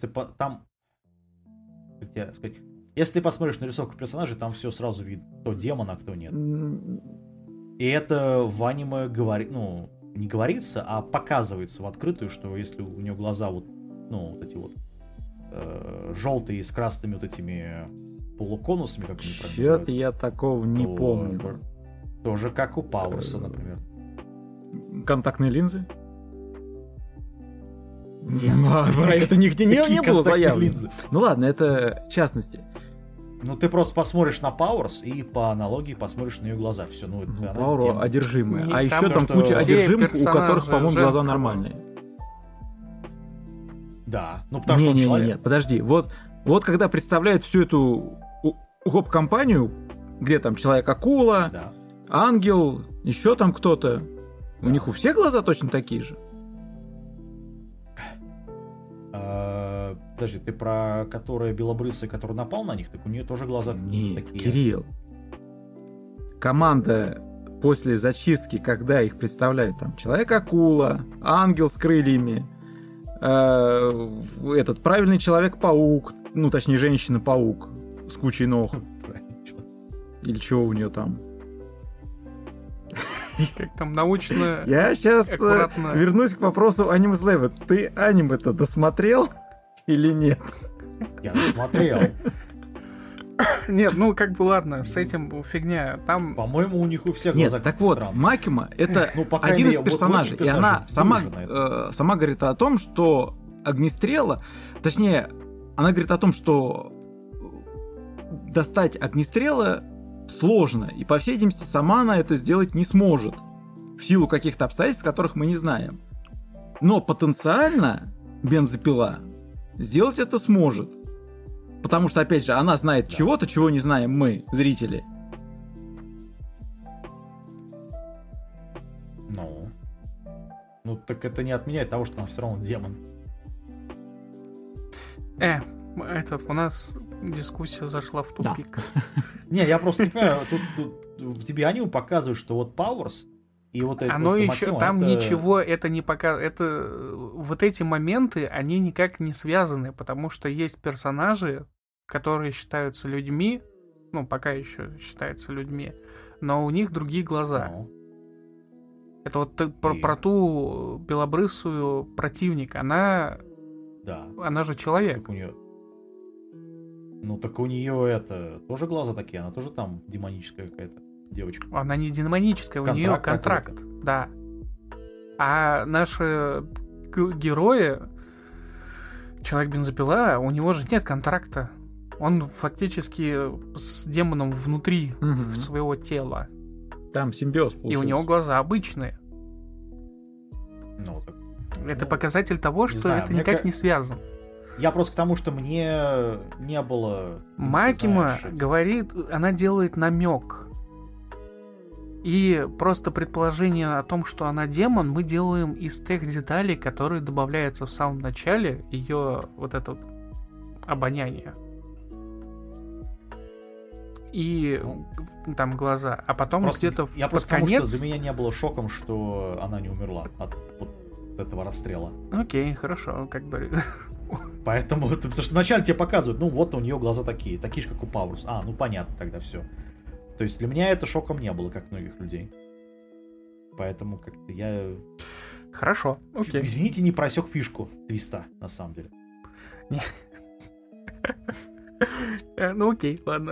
если ты посмотришь на рисовку персонажей, там все сразу видно, кто демон, а кто нет. И это в аниме не говорится, а показывается в открытую, что если у нее глаза желтые с красными вот этими полуконусами, как они называются. Чё-то я такого не помню. Тоже как у Пауэрса, например. Контактные линзы? Нет. Про это нигде не было заявлено. Ну ладно, это частности. Ты просто посмотришь на Пауэрс и по аналогии посмотришь на ее глаза. Все, Пауэрс одержимая. А еще там куча одержимых, у которых, по-моему, глаза нормальные. Да. Потому что он человек. Нет, подожди. Вот Вот когда представляют всю эту гоп-компанию, где там Человек-акула, Да. Ангел, еще там кто-то, у них у всех глаза точно такие же? Подожди, ты про которая белобрысая, который напал на них, так у нее тоже глаза Нет, такие. Кирилл. Команда после зачистки, когда их представляют там Человек-акула, Ангел с крыльями, этот правильный Человек-паук, ну точнее Женщина-паук с кучей ног. Или чего у нее там? Как там научно... Я сейчас аккуратно. вернусь к вопросу Аниме Слэва. Ты аниме-то досмотрел или нет? Я смотрел. Нет, ну как бы ладно, с этим фигня. Там... По-моему, у них у всех Нет, глаза так как-то вот, странные. Макима это Ну, по крайней один из мере, вот персонажей. этих И она персонажей сама говорит о том, что огнестрела, точнее, она говорит о том, что достать огнестрела сложно, и по всей видимости сама она это сделать не сможет в силу каких-то обстоятельств, которых мы не знаем. Но потенциально бензопила сделать это сможет. Потому что, опять же, она знает чего-то, чего не знаем мы, зрители. Ну, так это не отменяет того, что она все равно демон. У нас дискуссия зашла в тупик. Не, я просто не понимаю, тут в тебе аниме показывают, что вот Powers и вот это... Оно вот еще, Макима, там это... ничего, это не показывает. Это вот эти моменты, они никак не связаны, потому что есть персонажи, которые считаются людьми, ну, пока еще считаются людьми, но у них другие глаза. Ну, Это вот про ту белобрысую противник, она же человек. так у нее... Ну, так у нее это... Тоже глаза такие, она тоже там демоническая какая-то девочка. Она не демоническая, у нее контракт. Да. А наши герои, Человек-бензопила, у него же нет контракта. Он фактически с демоном внутри своего тела. Там симбиоз получился. И у него глаза обычные. Ну, так... Это показатель того, что знаю, это никак не связано. Я просто к тому, что мне не было... Макима говорит, она делает намек. И просто предположение о том, что она демон, мы делаем из тех деталей, которые добавляются в самом начале ее вот это вот обоняние. И там глаза. А потом просто, где-то я под просто конец... потому, что для меня не было шоком, что она не умерла от вот этого расстрела. Окей, хорошо, как бы... Поэтому, потому что вначале тебе показывают, ну вот у нее глаза такие же, как у Пауэрс. Ну понятно, тогда все. То есть для меня это шоком не было, как многих людей. Поэтому как-то я... Хорошо, окей. Извините, не просек фишку твиста, на самом деле. Ну окей, ладно.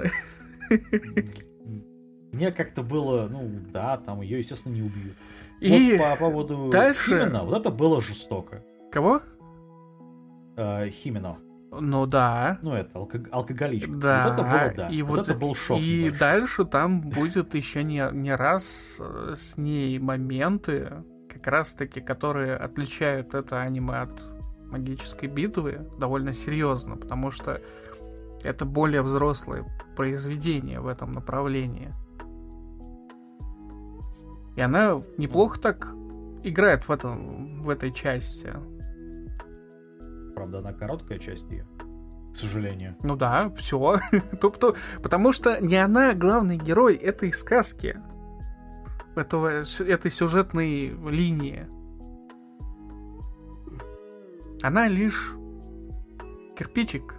Мне как-то было, там ее, естественно, не убьют. И вот по поводу дальше... Химена, вот это было жестоко. Кого? Химено. Ну да. Ну это, алкоголичка. Да. Вот это было, да. И вот это был шок. И небольшой. дальше там будет еще не раз с ней моменты, как раз таки, которые отличают это аниме от магической битвы довольно серьезно, потому что это более взрослое произведение в этом направлении. И она неплохо так играет в этой части. Правда, она короткая часть ее, к сожалению. Ну да, все. Потому что не она главный герой этой сказки, этой сюжетной линии. Она лишь кирпичик.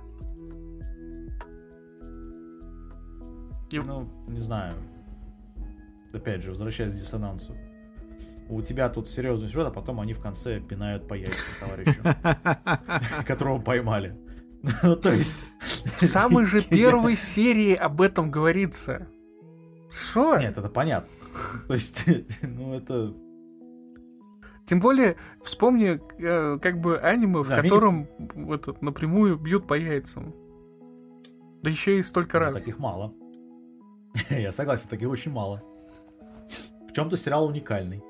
Ну, не знаю. Опять же, возвращаясь к диссонансу. У тебя тут серьезный сюжет, а потом они в конце пинают по яйцам товарищу, которого поймали. То есть... В самой же первой серии об этом говорится. Что? Нет, это понятно. То есть, это... Тем более, вспомни, как бы аниме, в котором напрямую бьют по яйцам. Да еще и столько раз. Таких мало. Я согласен, таких очень мало. В чем-то сериал уникальный.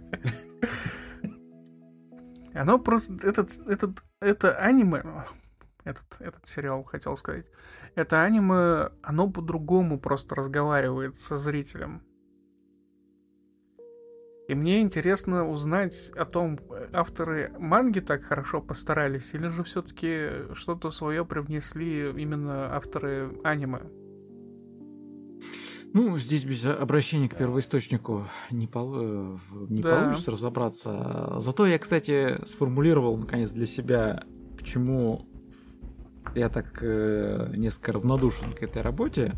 Оно просто... Это аниме... этот сериал, хотел сказать. Это аниме, оно по-другому просто разговаривает со зрителем. И мне интересно узнать о том, авторы манги так хорошо постарались, или же все-таки что-то свое привнесли именно авторы аниме. Ну, здесь без обращения к первоисточнику не получится разобраться. Зато я, кстати, сформулировал, наконец, для себя, почему я так несколько равнодушен к этой работе.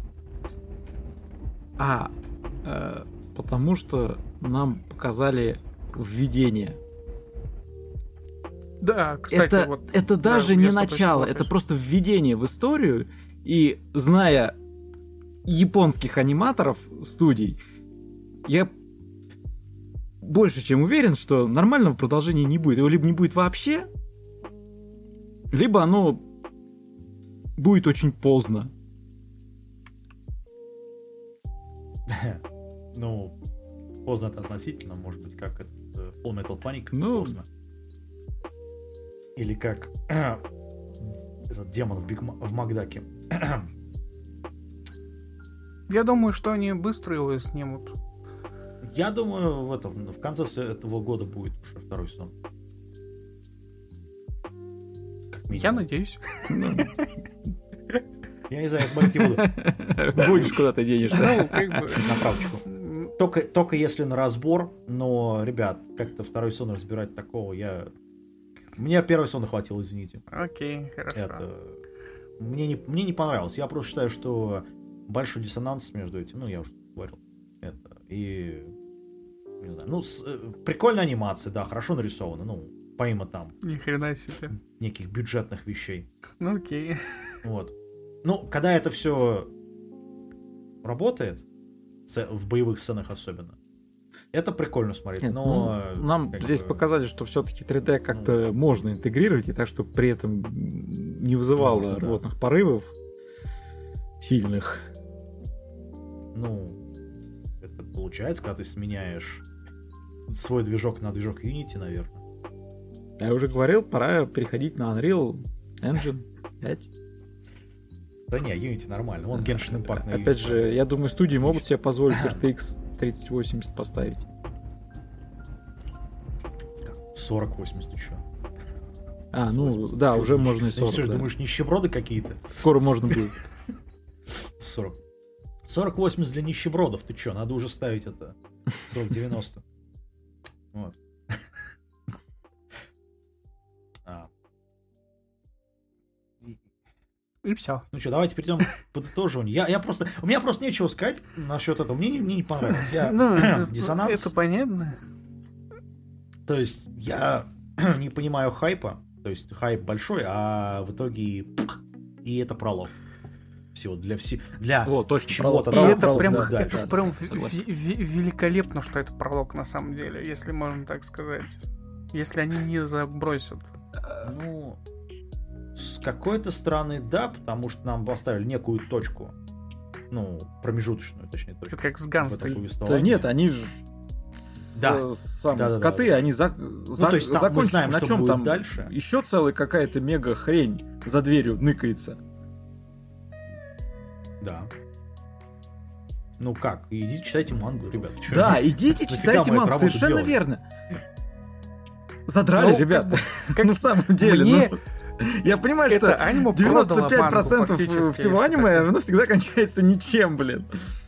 Потому что нам показали введение. Да, кстати, это даже не начало, это просто введение в историю. И зная японских аниматоров студий, я больше чем уверен, что нормального продолжения не будет. Его либо не будет вообще, либо оно будет очень поздно. Ну, поздно это относительно, может быть, как этот Full Metal Panic поздно. Или как этот демон в Макдаке. Я думаю, что они быстро его снимут. Я думаю, в конце этого года будет уже второй сезон. Я надеюсь. Я не знаю, я смотреть не буду. Будешь куда-то денешься. На правочку. Только если на разбор, но, ребят, как-то второй сезон разбирать такого, мне первый сезон хватило, извините. Окей, хорошо. Мне не понравилось. Я просто считаю, что большой диссонанс между этим, я уже говорил. И не знаю, прикольная анимация, да, хорошо нарисована, помимо там ни хрена себе неких бюджетных вещей. Ну окей. Вот. Когда это все работает, в боевых сценах особенно, это прикольно смотреть. Нет, но нам здесь показали, что все-таки 3D как-то можно интегрировать, и так, чтобы при этом не вызывало рвотных порывов сильных. Это получается, когда ты сменяешь свой движок на движок Unity, наверное. Я уже говорил, пора переходить на Unreal Engine 5. Да не, Unity нормально. Вон Genshin Impact на Unity. Опять же, я думаю, студии могут себе позволить RTX 3080 поставить. 4080 еще. Да, уже можно и 40. Ты что, думаешь, нищеброды какие-то? Скоро можно будет. 4080 для нищебродов, ты что? Надо уже ставить это 4090. Вот. И все. Ну что, давайте перейдем к подытоживанию. У меня просто нечего сказать насчет этого. Мне не понравилось. Диссонанс. Это понятно. То есть я не понимаю хайпа. То есть хайп большой, а в итоге и это пролог. Всего для чего-то. И это прям великолепно, что это пролог на самом деле, если можно так сказать. Если они не забросят. С какой-то стороны, да, потому что нам поставили некую точку. Промежуточную, точнее, точку. Это как с Ганстом. Да нет, они же скоты, они закончили. Мы знаем, на что чем будет там дальше. Еще целая какая-то мега хрень за дверью ныкается. Да. Как? Идите читайте мангу, ребят. Да, идите читайте мангу, совершенно верно. Задрали, ребят. В самом деле. Я понимаю, что 95% всего аниме, оно всегда кончается ничем, блин.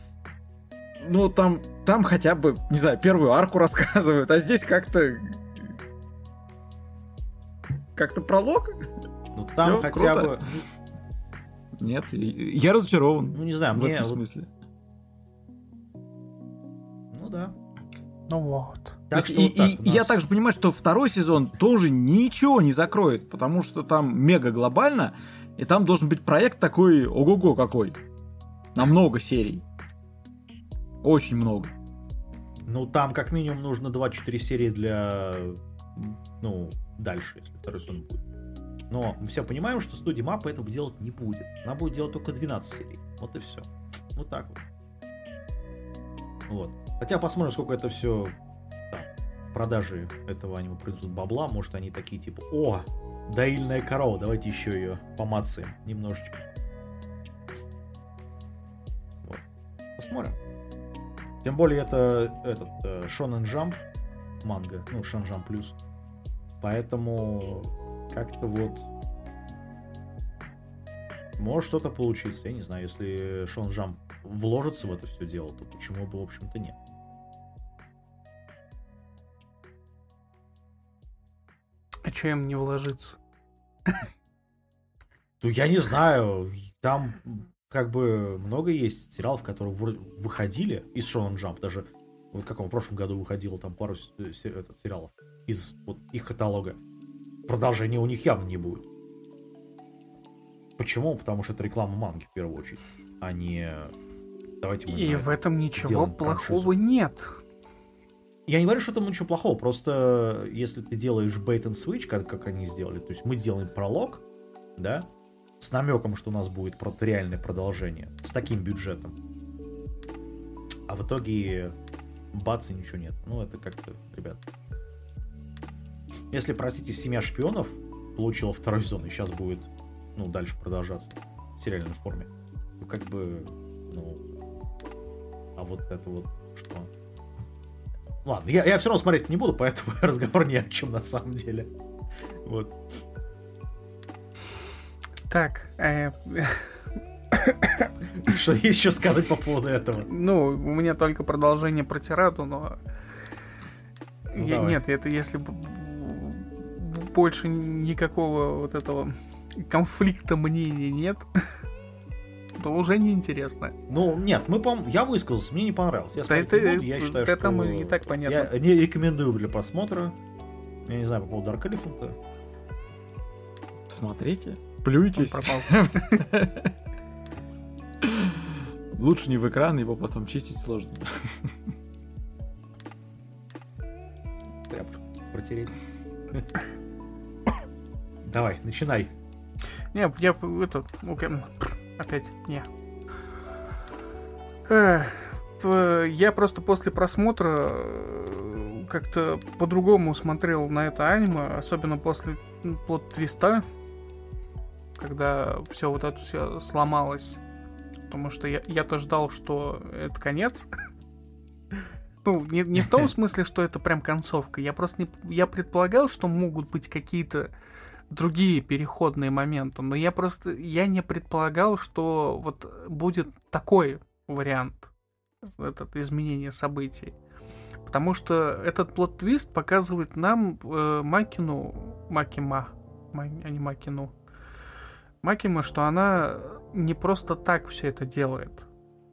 Там хотя бы, не знаю, первую арку рассказывают, а здесь как-то пролог. Там хотя бы... Нет, я разочарован. Не знаю, в этом смысле. Да. Вот. Я также понимаю, что второй сезон тоже ничего не закроет, потому что там мега глобально, и там должен быть проект такой, ого-го какой. На много серий. Очень много. Там как минимум нужно 24 серии для... дальше, если второй сезон будет. Но мы все понимаем, что студия Маппа этого делать не будет. Она будет делать только 12 серий. Вот и все. Вот так вот. Вот. Хотя посмотрим, сколько это все продажи этого аниме принесут бабла. Может, они такие типа: Доильная корова. Давайте еще ее помацаем немножечко. Вот. Посмотрим. Тем более это Shonen Jump манга, ну, Shonen Jump плюс. Поэтому как-то вот может что-то получиться. Я не знаю, если Shonen Jump вложится в это все дело, то почему бы, в общем-то, нет. А что им не вложиться? Ну, я не знаю. Там как бы много есть сериалов, которые выходили из Shonen Jump. Даже вот как в прошлом году выходило там пару сериалов из вот их каталога. Продолжения у них явно не будет. Почему? Потому что это реклама манги в первую очередь, а не давайте мы... И в этом ничего плохого нет. Я не говорю, что там ничего плохого, просто если ты делаешь bait and switch, как они сделали, то есть мы делаем пролог, да, с намеком, что у нас будет реальное продолжение, с таким бюджетом, а в итоге бац, и ничего нет. Ну, это как-то, ребят. Если, простите, «Семья шпионов» получила второй сезон и сейчас будет, ну, дальше продолжаться в сериальной форме, то как бы, ну, а вот это вот что... Ладно, я все равно смотреть не буду, поэтому разговор ни о чем на самом деле. Вот. Так, что есть еще сказать по поводу этого? Ну, у меня только продолжение про тираду, но... Нет, это если больше никакого вот этого конфликта мнений нет, то уже неинтересно. Ну, нет, я высказался, мне не понравилось. Я смотреть не буду, я считаю, что... Там и так понятно. Я не рекомендую для просмотра. Я не знаю по поводу Dark Elephant. Смотрите, плюйтесь. Лучше не в экран, его потом чистить сложно. Тряпку протереть. Давай, начинай. Не, опять, не. Я просто после просмотра как-то по-другому смотрел на это аниме, особенно после плот-твиста, когда все вот это все сломалось. Потому что я-то ждал, что это конец. Ну, не в том смысле, что это прям концовка. Я я предполагал, что могут быть какие-то другие переходные моменты, но я не предполагал, что вот будет такой вариант, это изменение событий. Потому что этот плот-твист показывает нам Макима, что она не просто так все это делает.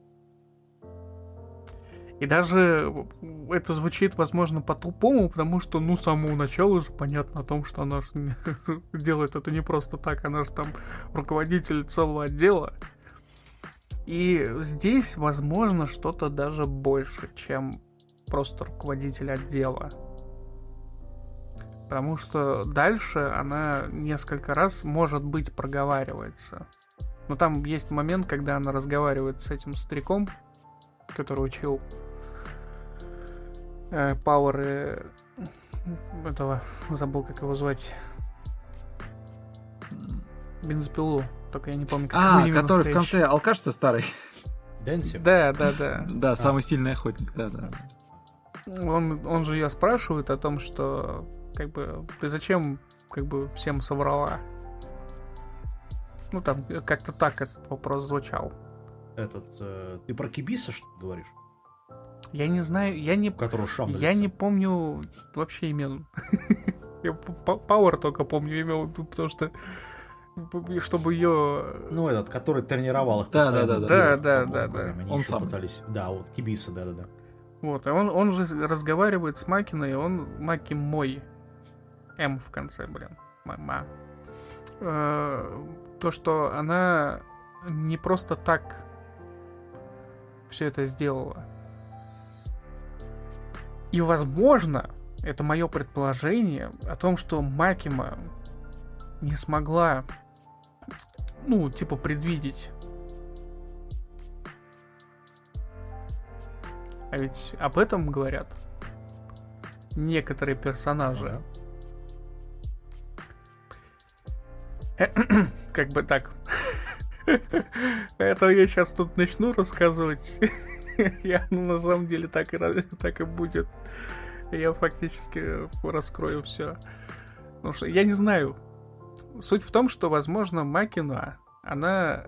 И даже это звучит, возможно, по-тупому, потому что, ну, с самого начала же понятно о том, что она же делает это не просто так, она же там руководитель целого отдела. И здесь, возможно, что-то даже больше, чем просто руководитель отдела. Потому что дальше она несколько раз, может быть, проговаривается. Но там есть момент, когда она разговаривает с этим стариком, который учил Пауэры этого, забыл, как его звать, бензопилу, только я не помню, как его имя который настоящее. в конце алкаш-то старый. Дэнси? Да. Да, самый сильный охотник, да. Он же ее спрашивает о том, что как бы ты зачем как бы всем соврала? Ну там как-то так этот вопрос звучал. Ты про Кибиса что говоришь? Я не знаю, я не помню вообще имен. Я Пауэр только помню имя, потому что чтобы ее... Ну, который тренировал их постоянно. Да. Он сам пытались... Да, вот, Кибиса, да. Вот, и он же разговаривает с Макиной, Маки мой. М в конце, блин. То, что она не просто так все это сделала. И, возможно, это мое предположение о том, что Макима не смогла, предвидеть. А ведь об этом говорят некоторые персонажи. Как бы так. Это я сейчас тут начну рассказывать. На самом деле так и будет. Я фактически раскрою все. Потому что я не знаю. Суть в том, что, возможно, Макина, она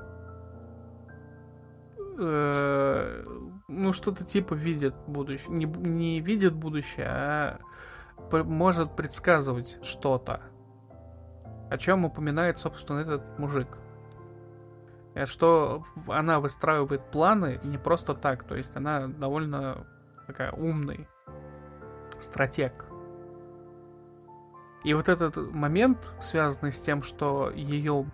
что-то типа видит будущее. Не видит будущее, а может предсказывать что-то. О чем упоминает, собственно, этот мужик. Что она выстраивает планы не просто так. То есть она довольно такая умный стратег. И вот этот момент, связанный с тем, что ее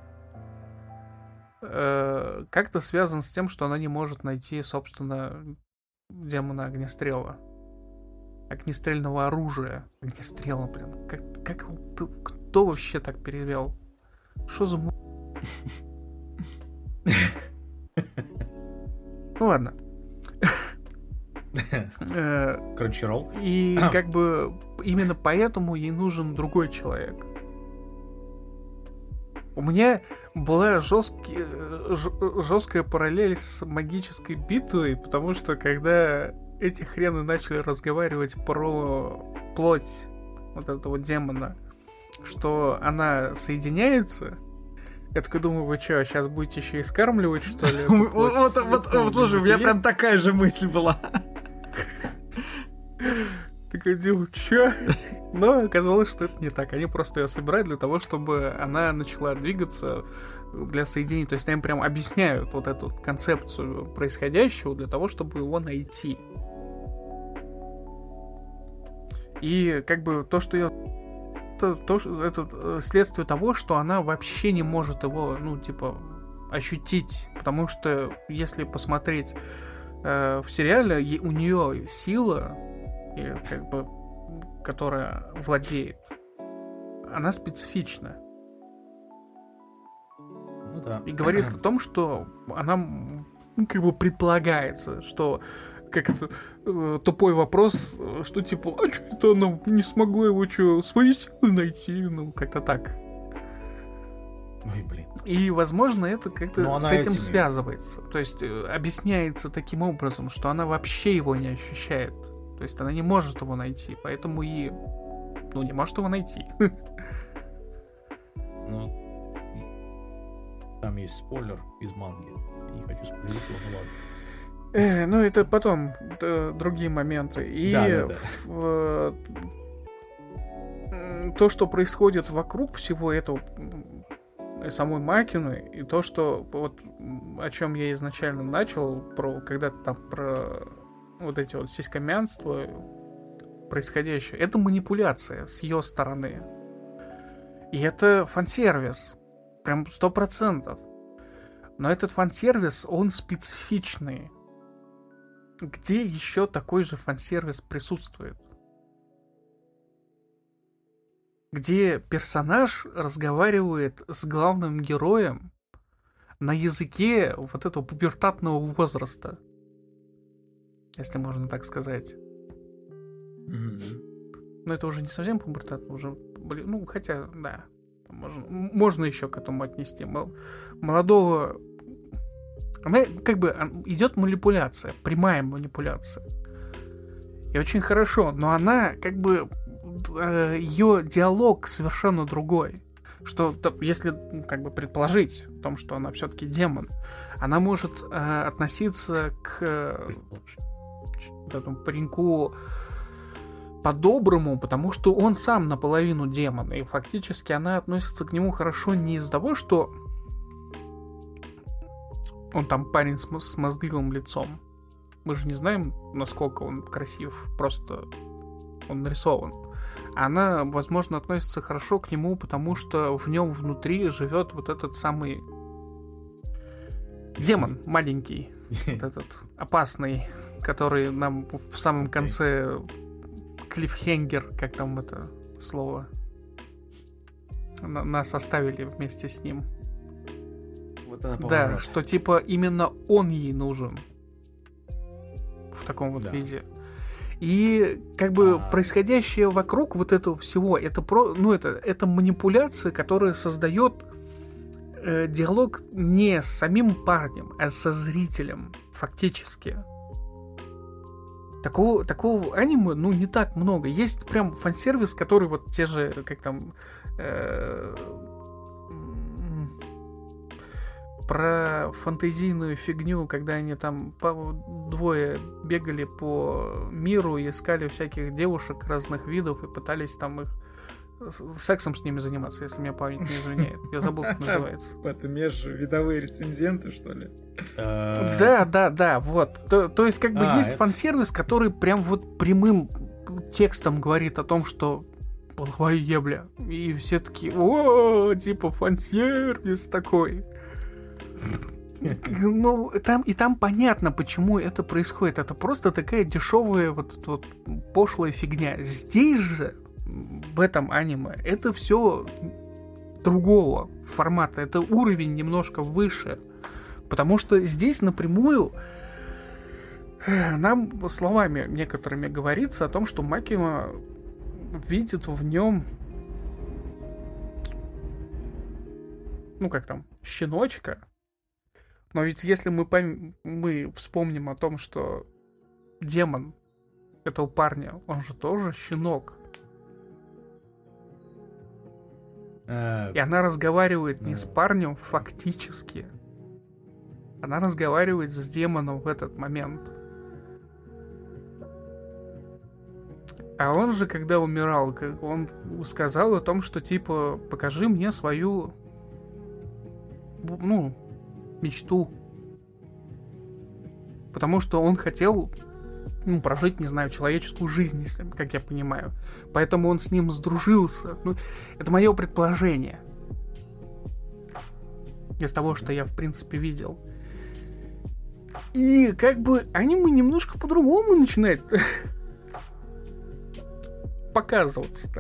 как-то связан с тем, что она не может найти, собственно, демона огнестрела. Огнестрельного оружия. Огнестрела, блин. Кто вообще так перевел? Что за... Ну ладно. Crunchyroll. И как бы именно поэтому ей нужен другой человек. У меня была жесткая параллель с магической битвой, потому что когда эти хрены начали разговаривать про плоть вот этого демона, что она соединяется, я такой думаю, вы что, сейчас будете еще и скармливать, что ли? Вот, слушай, у меня прям такая же мысль была. Такой делаю, чё? Но оказалось, что это не так. Они просто ее собирают для того, чтобы она начала двигаться для соединения. То есть они прям объясняют вот эту концепцию происходящего для того, чтобы его найти. И как бы то, что ее... Это следствие того, что она вообще не может его, ощутить. Потому что, если посмотреть в сериале, у нее сила, и как бы, которая владеет, она специфична. Ну да. И говорит о том, что она как бы предполагается, что как это тупой вопрос, что типа, а что это она не смогла его свои силы найти? Ну, как-то так. Ой, блин. И, возможно, это как-то с этим связывается. То есть объясняется таким образом, что она вообще его не ощущает. То есть она не может его найти, поэтому и... не может его найти. Ну, там есть спойлер из манги. Я не хочу спойлерить его, но ладно. Это потом другие моменты. И то, что происходит вокруг всего этого, самой Макины, и то, что вот о чем я изначально начал, когда-то там про вот эти вот сиськомянства происходящее, это манипуляция с ее стороны. И это фан-сервис. Прям 100%. Но этот фан-сервис, он специфичный. Где еще такой же фан-сервис присутствует? Где персонаж разговаривает с главным героем на языке вот этого пубертатного возраста. Если можно так сказать. Но это уже не совсем пубертат, уже... хотя, да. Можно еще к этому отнести. Молодого... Как бы идет манипуляция, прямая манипуляция. И очень хорошо, но она как бы... Ее диалог совершенно другой. Что, если как бы предположить о том, что она все-таки демон, она может относиться к этому пареньку по-доброму, потому что он сам наполовину демон. И фактически она относится к нему хорошо не из-за того, что он там парень с мозгливым лицом. Мы же не знаем, насколько он красив, просто он нарисован. Она, возможно, относится хорошо к нему, потому что в нем внутри живет вот этот самый демон маленький, вот этот опасный, который нам в самом конце клиффхенгер, как там это слово, нас оставили вместе с ним. Вот это поворот. Да, что типа именно он ей нужен в таком вот виде. И как бы происходящее вокруг вот этого всего, это манипуляция, которая создает диалог не с самим парнем, а со зрителем, фактически. Такого аниме, не так много. Есть прям фан-сервис, который вот те же, как там... про фантазийную фигню, когда они там двое бегали по миру и искали всяких девушек разных видов и пытались там их сексом с ними заниматься, если меня память не изменяет. Я забыл, как называется. Это межвидовые рецензенты, что ли? Да, вот. То есть, как бы есть фан-сервис, который прям вот прямым текстом говорит о том, что половая ебля. И все такие, типа фан-сервис такой. Там понятно, почему это происходит. Это просто такая дешевая вот пошлая фигня. Здесь же, в этом аниме, это все другого формата. Это уровень немножко выше. Потому что здесь напрямую нам словами некоторыми говорится о том, что Макима видит в нем щеночка. Но ведь если мы вспомним о том, что демон этого парня, он же тоже щенок. И она разговаривает не с парнем фактически. Она разговаривает с демоном в этот момент. А он же, когда умирал, он сказал о том, что типа, покажи мне свою мечту. Потому что он хотел прожить, не знаю, человеческую жизнь, как я понимаю. Поэтому он с ним сдружился. Это мое предположение. Из того, что я, в принципе, видел. И как бы аниме немножко по-другому начинает показываться-то.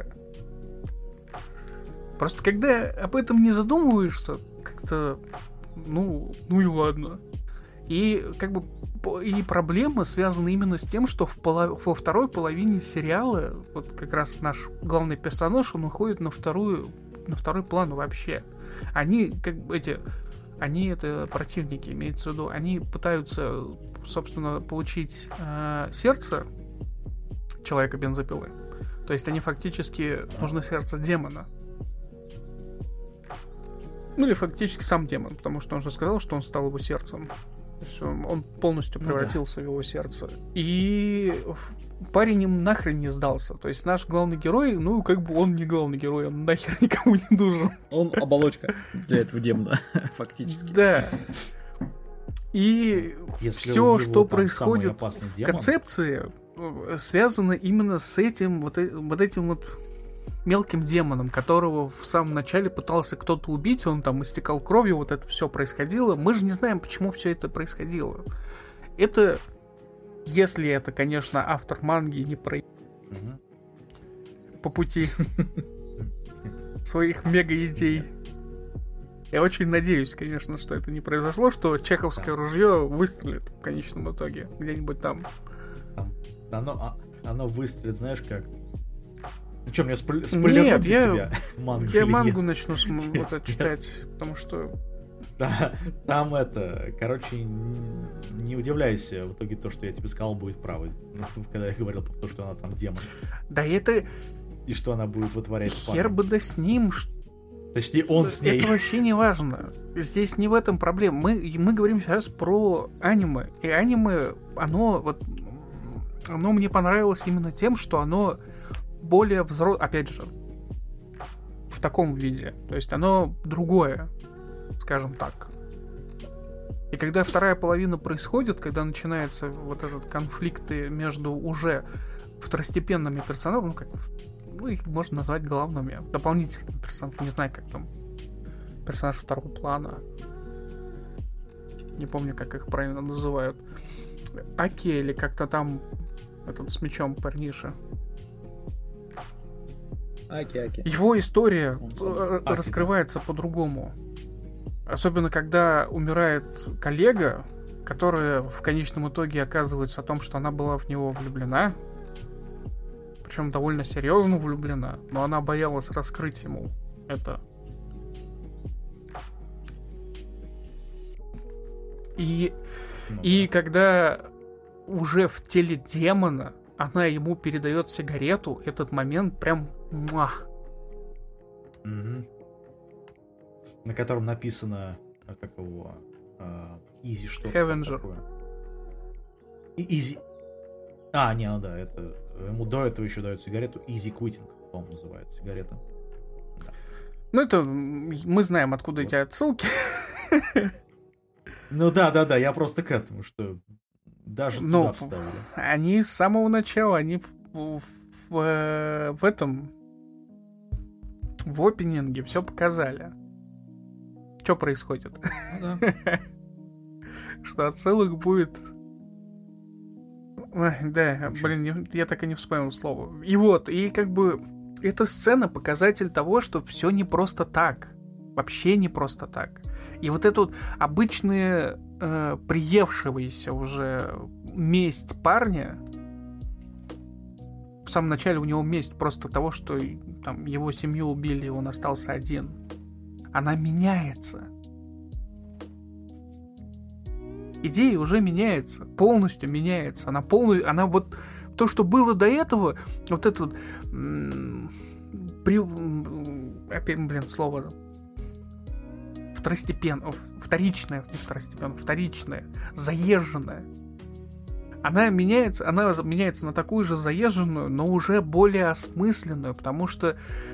Просто когда об этом не задумываешься, как-то и ладно. И как бы и проблема связана именно с тем, что во второй половине сериала вот как раз наш главный персонаж, он уходит на второй план вообще. Они они это противники, имеется в виду, они пытаются, собственно, получить сердце человека-бензопилы. То есть они фактически нужно сердце демона. Или фактически сам демон, потому что он же сказал, что он стал его сердцем. То есть он полностью превратился в его сердце. И парень им нахрен не сдался. То есть наш главный герой, он не главный герой, он нахер никому не нужен. Он оболочка для этого демона, фактически. Да. И все, что происходит в концепции, связано именно с этим вот этим мелким демоном, которого в самом начале пытался кто-то убить, он там истекал кровью, вот это все происходило. Мы же не знаем, почему все это происходило. Это, если это, конечно, автор манги не по пути своих мега-идей. Я очень надеюсь, конечно, что это не произошло, что чеховское ружье выстрелит в конечном итоге где-нибудь там. Оно выстрелит, знаешь как? Ну что, мне спойлернуть для тебя мангу? Я мангу начну читать, потому что... Да, там короче, не удивляйся, в итоге то, что я тебе сказал, будет правой. Когда я говорил про то, что она там демон. Да это... И что она будет вытворять с парнем. Хер бы да с ним. Точнее, он с ней. Это вообще не важно. Здесь не в этом проблема. Мы говорим сейчас про аниме. И аниме, оно мне понравилось именно тем, что оно более взрослое, опять же, в таком виде. То есть оно другое, скажем так. И когда вторая половина происходит, когда начинается вот этот конфликт между уже второстепенными персонажами, их можно назвать главными, дополнительными персонажами, не знаю, как там, персонаж второго плана. Не помню, как их правильно называют. Аки или как-то там этот с мечом парниша. Аки. Его история раскрывается по-другому. Особенно, когда умирает коллега, которая в конечном итоге оказывается о том, что она была в него влюблена. причем довольно серьезно влюблена, но она боялась раскрыть ему это. И когда уже в теле демона она ему передает сигарету, этот момент прям На котором написано, как его, Easy что-то Scavenger. такое. Easy. Ну да, это ему до этого еще дают сигарету Easy Quitting, по-моему, называется сигарета. Да. Ну это мы знаем, откуда эти отсылки. Ну да, я просто к этому, что даже туда вставили. Они с самого начала, они в этом, в опенинге все показали. Что происходит? Да. Что отсылок будет... Да, блин, я так и не вспомнил слово. И вот, и как бы эта сцена показатель того, что все не просто так. Вообще не просто так. И вот эта вот обычная приевшегося уже месть парня, в самом начале у него месть просто того, что там его семью убили, и он остался один. Она меняется. Идея уже меняется, полностью меняется. Она вот то, что было до этого, вот это вот слово вторичное, заезженное. Она меняется на такую же заезженную, но уже более осмысленную, потому что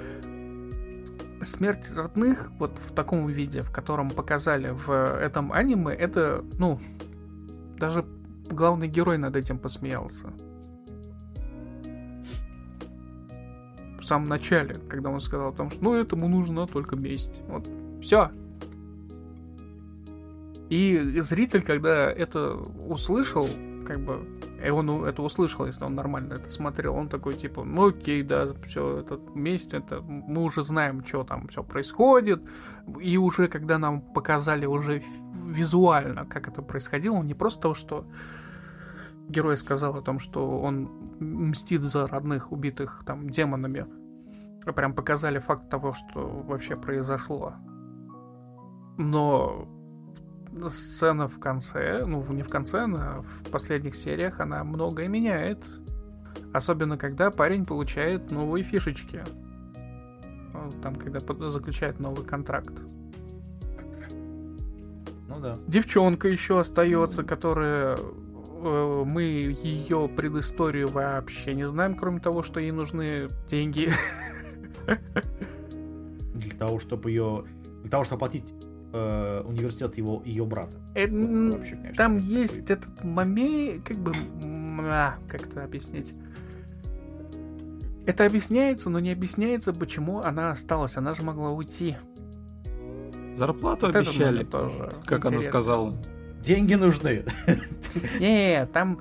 смерть родных вот в таком виде, в котором показали в этом аниме, это, даже главный герой над этим посмеялся. В самом начале, когда он сказал о том, что этому нужна только месть. Вот, все. И зритель, когда это услышал, как бы, и он это услышал, если он нормально это смотрел, он такой, типа, окей, да, все, это месть, это мы уже знаем, что там все происходит, и уже, когда нам показали уже визуально, как это происходило, не просто то, что герой сказал о том, что он мстит за родных, убитых там демонами, а прям показали факт того, что вообще произошло. Но сцена в конце, не в конце, а в последних сериях она многое меняет. Особенно, когда парень получает новые фишечки. Там, когда заключает новый контракт. Ну да. Девчонка еще остается, которая... Мы ее предысторию вообще не знаем, кроме того, что ей нужны деньги. Для того, чтобы оплатить университет ее брата. Вообще, конечно, там есть этот момент, как бы, как это объяснить? Это объясняется, но не объясняется, почему она осталась. Она же могла уйти. Зарплату вот обещали, тоже как интересно. Она сказала. Деньги нужны. Не, там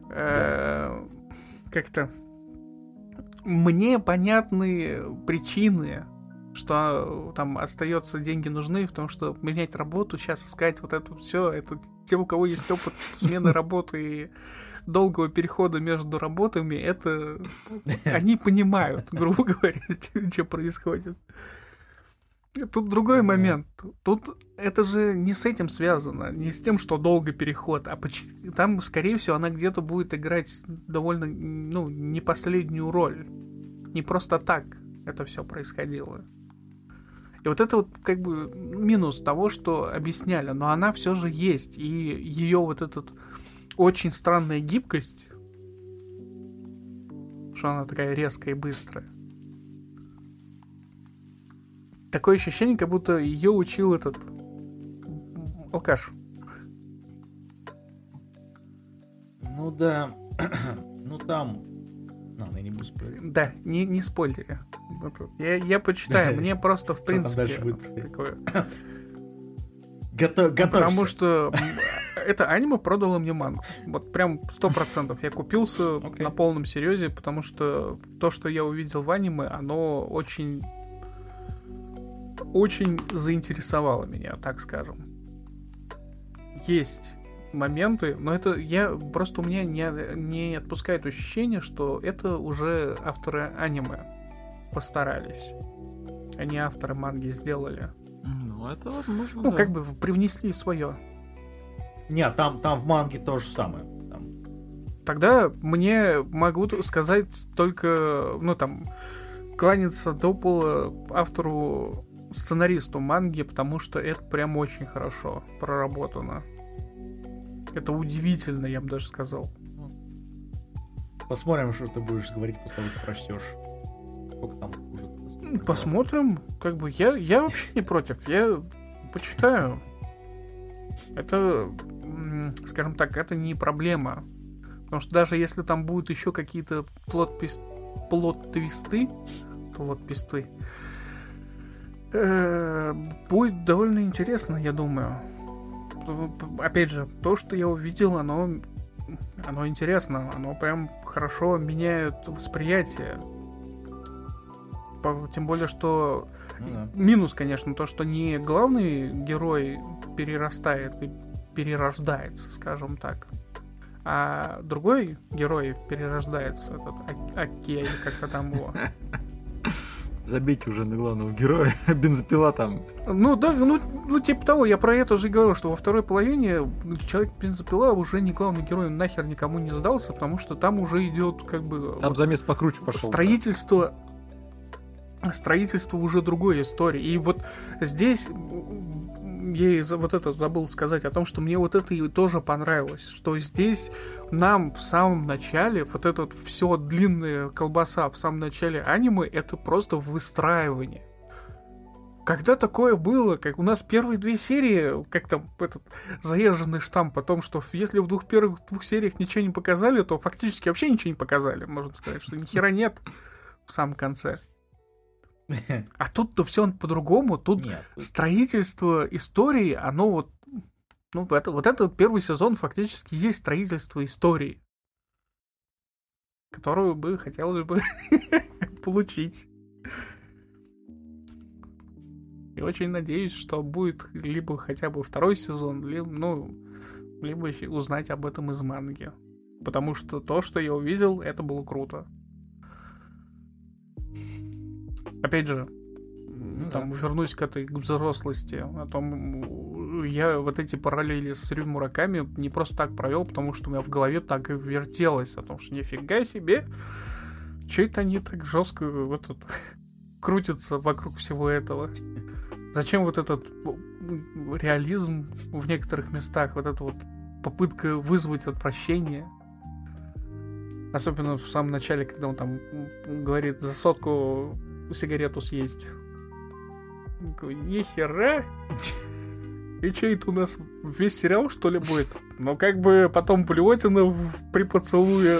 как-то мне понятны причины, что там остается деньги нужны, потому что менять работу, сейчас искать вот это все, это те, у кого есть опыт смены работы и долгого перехода между работами, это они понимают, грубо говоря, что происходит. Тут другой момент. Тут это же не с этим связано, не с тем, что долгий переход, а там, скорее всего, она где-то будет играть довольно, не последнюю роль. Не просто так это все происходило. И вот это вот как бы минус того, что объясняли, но она все же есть, и ее вот эта очень странная гибкость, что она такая резкая и быстрая. Такое ощущение, как будто ее учил этот алкаш. Ну да. Там... Ладно, я не буду спойлерить. Да, не спойлери. Я почитаю, мне просто в принципе такое... Готовься. Потому что это аниме продало мне мангу. Вот прям 100%. Я купился на полном серьезе, потому что то, что я увидел в аниме, оно очень заинтересовало меня, так скажем. Есть моменты, но это у меня не отпускает ощущение, что это уже авторы аниме постарались. Они авторы манги сделали. Ну, это возможно, ну, да. как бы привнесли свое. Нет, там в манге то же самое. Тогда мне могу сказать только, ну, там, кланяться до пола автору, сценаристу манги, потому что это прям очень хорошо проработано. Это удивительно, я бы даже сказал. Посмотрим, что ты будешь говорить после того, как прочтешь. Сколько там уже? Посмотрим. Как бы я вообще не против. Я почитаю. Это, скажем так, это не проблема. Потому что даже если там будут еще какие-то плот-твисты, будет довольно интересно, я думаю. Опять же, то, что я увидел, оно интересно. Оно прям хорошо меняет восприятие. Тем более, что минус, конечно, то, что не главный герой перерастает и перерождается, скажем так, а другой герой перерождается, этот Аки, или как-то там его. Забейте уже на главного героя, бензопила там. Ну да, ну типа того, я про это уже говорил, что во второй половине Человек-бензопила уже не главный герой, он нахер никому не сдался, потому что там уже идет как бы... Там замес покруче пошел. Строительство уже другой истории. И вот здесь я вот это забыл сказать о том, что мне вот это и тоже понравилось, что здесь нам в самом начале, вот это все длинная колбаса в самом начале аниме, это просто выстраивание. Когда такое было, как у нас первые 2 серии, как там этот заезженный штамп о том, что если в первых 2 сериях ничего не показали, то фактически вообще ничего не показали, можно сказать, что ни хера нет в самом конце. А тут-то все по-другому. Тут строительство истории, оно вот... Ну, вот этот первый сезон фактически есть строительство истории, которую бы хотелось бы получить. И очень надеюсь, что будет либо хотя бы второй сезон, либо узнать об этом из манги. Потому что то, что я увидел, это было круто. Опять же, вернусь к этой взрослости. О том, я вот эти параллели с Рю Мураками не просто так провел, потому что у меня в голове так и вертелось о том, что нифига себе, что это они так жестко крутятся вокруг всего этого. Зачем вот этот реализм в некоторых местах, вот эта вот попытка вызвать отвращение? Особенно в самом начале, когда он там говорит за 100 сигарету съесть. Нихера! И что это у нас весь сериал, что ли, будет? Ну, как бы потом блевотина при поцелуе.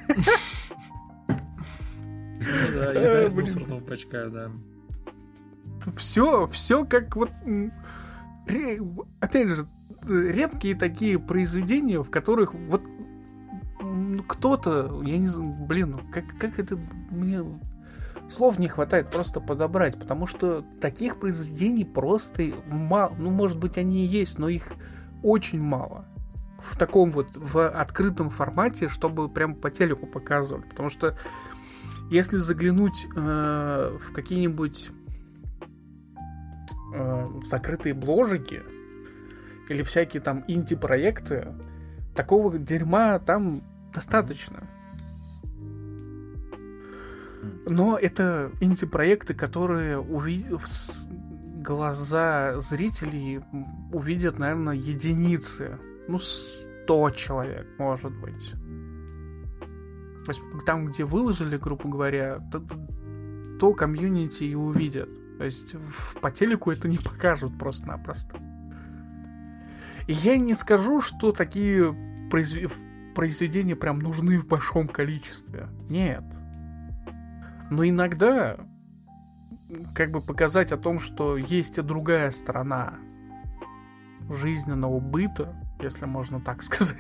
Да, еда из мусорного пачка, да. Все как вот... Опять же, редкие такие произведения, в которых вот кто-то, я не знаю, как это мне... Слов не хватает просто подобрать, потому что таких произведений просто мало. Ну, может быть, они и есть, но их очень мало. В таком вот, в открытом формате, чтобы прям по телеку показывали. Потому что если заглянуть в какие-нибудь закрытые бложики или всякие там инди-проекты, такого дерьма там достаточно. Но это инди-проекты, которые глаза зрителей увидят, наверное, единицы. 100 человек, может быть. То есть там, где выложили, грубо говоря, то комьюнити и увидят. То есть по телеку это не покажут просто-напросто. И я не скажу, что такие произведения прям нужны в большом количестве. Нет. Но иногда как бы показать о том, что есть и другая сторона жизненного быта, если можно так сказать.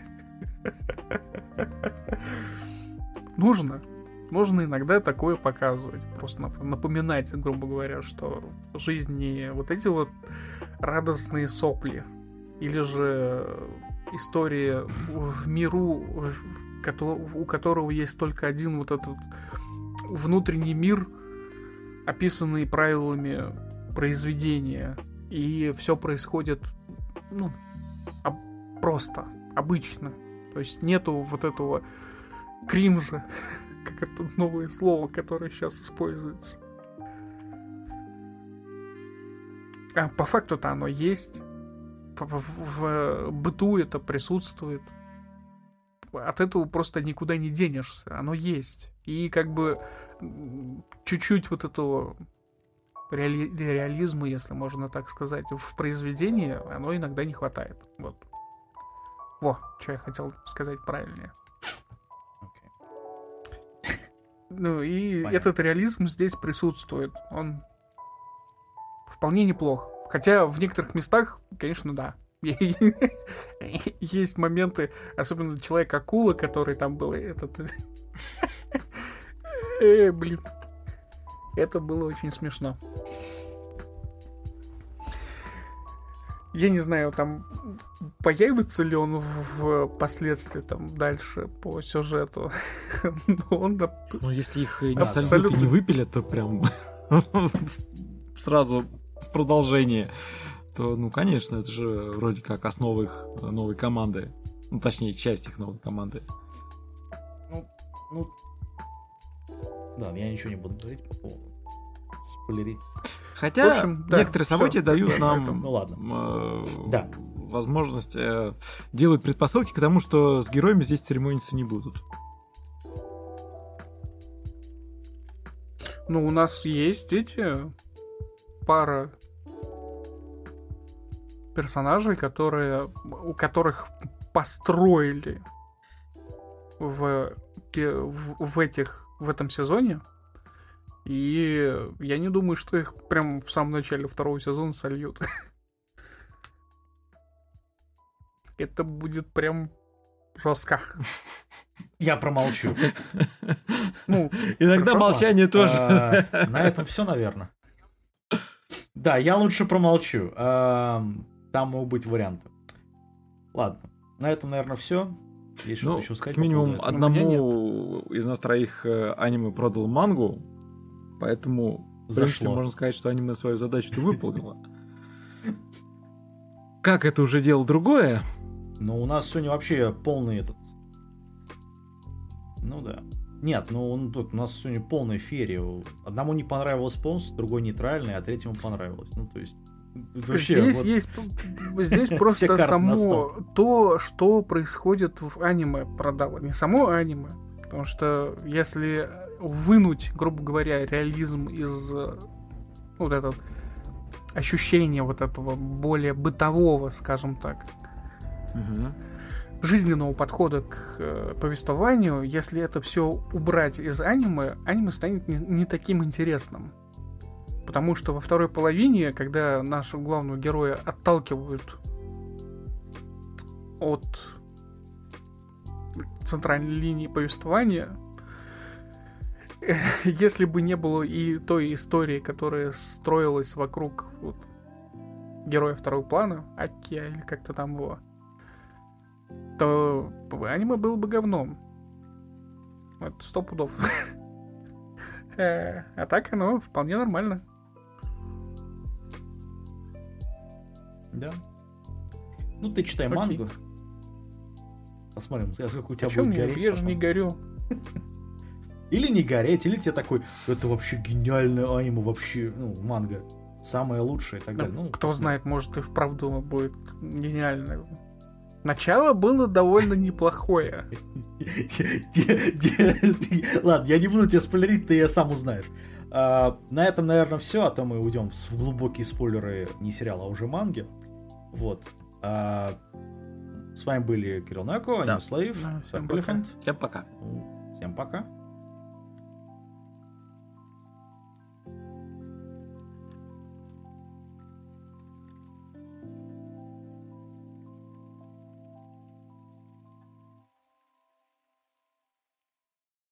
Нужно иногда такое показывать. Просто напоминать, грубо говоря, что жизнь не вот эти вот радостные сопли. Или же история в миру, у которого есть только один вот этот внутренний мир, описанный правилами произведения. И все происходит, ну, просто, обычно. То есть нету вот этого кринжа, как это новое слово, которое сейчас используется. А по факту-то оно есть. В быту это присутствует. От этого просто никуда не денешься. Оно есть. И как бы чуть-чуть вот этого реализма, если можно так сказать, в произведении оно иногда не хватает. Вот. Во, что я хотел сказать правильнее. Ну и понятно. Этот реализм здесь присутствует. Он вполне неплох. Хотя в некоторых местах, конечно, да. Есть моменты, особенно Человек-акула, который там был. Блин. Это было очень смешно. Я не знаю, там появится ли он впоследствии там дальше по сюжету. Но он... Ну, если их абсолютно не выпилят, то прям сразу в продолжение, то, ну, конечно, это же вроде как основа их новой команды. Ну, точнее, часть их новой команды. Ну, да, я ничего не буду говорить по поводу спойлерить. Хотя, в общем, да, некоторые события дают нам ну, ладно. Да. возможность, делают предпосылки к тому, что с героями здесь церемониться не будут. Ну, у нас есть эти пара персонажей, у которых построили в этом сезоне. И я не думаю, что их прям в самом начале второго сезона сольют. Это будет прям жестко. Я промолчу. Ну, иногда молчание тоже. На этом все, наверное. Да, я лучше промолчу. Там могут быть варианты. Ладно, на этом, наверное, все. Есть что-то еще сказать? Как минимум, одному из нас троих аниме продал мангу. Поэтому, в принципе, можно сказать, что аниме свою задачу-то выполнило. Как это уже дело другое? Ну, у нас сегодня вообще полный этот... Ну да. Нет, ну тут у нас сегодня полная ферия. Одному не понравилось полностью, другой нейтральный, а третьему понравилось. Ну, то есть... Вообще, здесь просто само то, что происходит в аниме, продало. Не само аниме. Потому что если вынуть, грубо говоря, реализм из вот этого ощущения вот этого более бытового, скажем так, жизненного подхода к повествованию, если это все убрать из аниме, аниме станет не таким интересным. Потому что во второй половине, когда нашего главного героя отталкивают от центральной линии повествования, если бы не было и той истории, которая строилась вокруг вот, героя второго плана, Акия или как-то там его, то аниме было бы говном. Это 100 пудов. А так оно вполне нормально. Да. Ну, ты читай мангу. Посмотрим, сколько у тебя будет гореть. Я же не горю. Или не гореть, или тебе такой, это вообще гениальное аниме, вообще, ну, манга. Самое лучшее и так далее. Ну, кто знает, может и вправду будет гениальное. Начало было довольно неплохое. Ладно, я не буду тебя спойлерить, ты сам узнаешь. На этом, наверное, все, а то мы уйдем в глубокие спойлеры не сериала, а уже манги. Вот. С вами были Кирилл Нако, Аниме Слейв, Всем пока. Всем пока.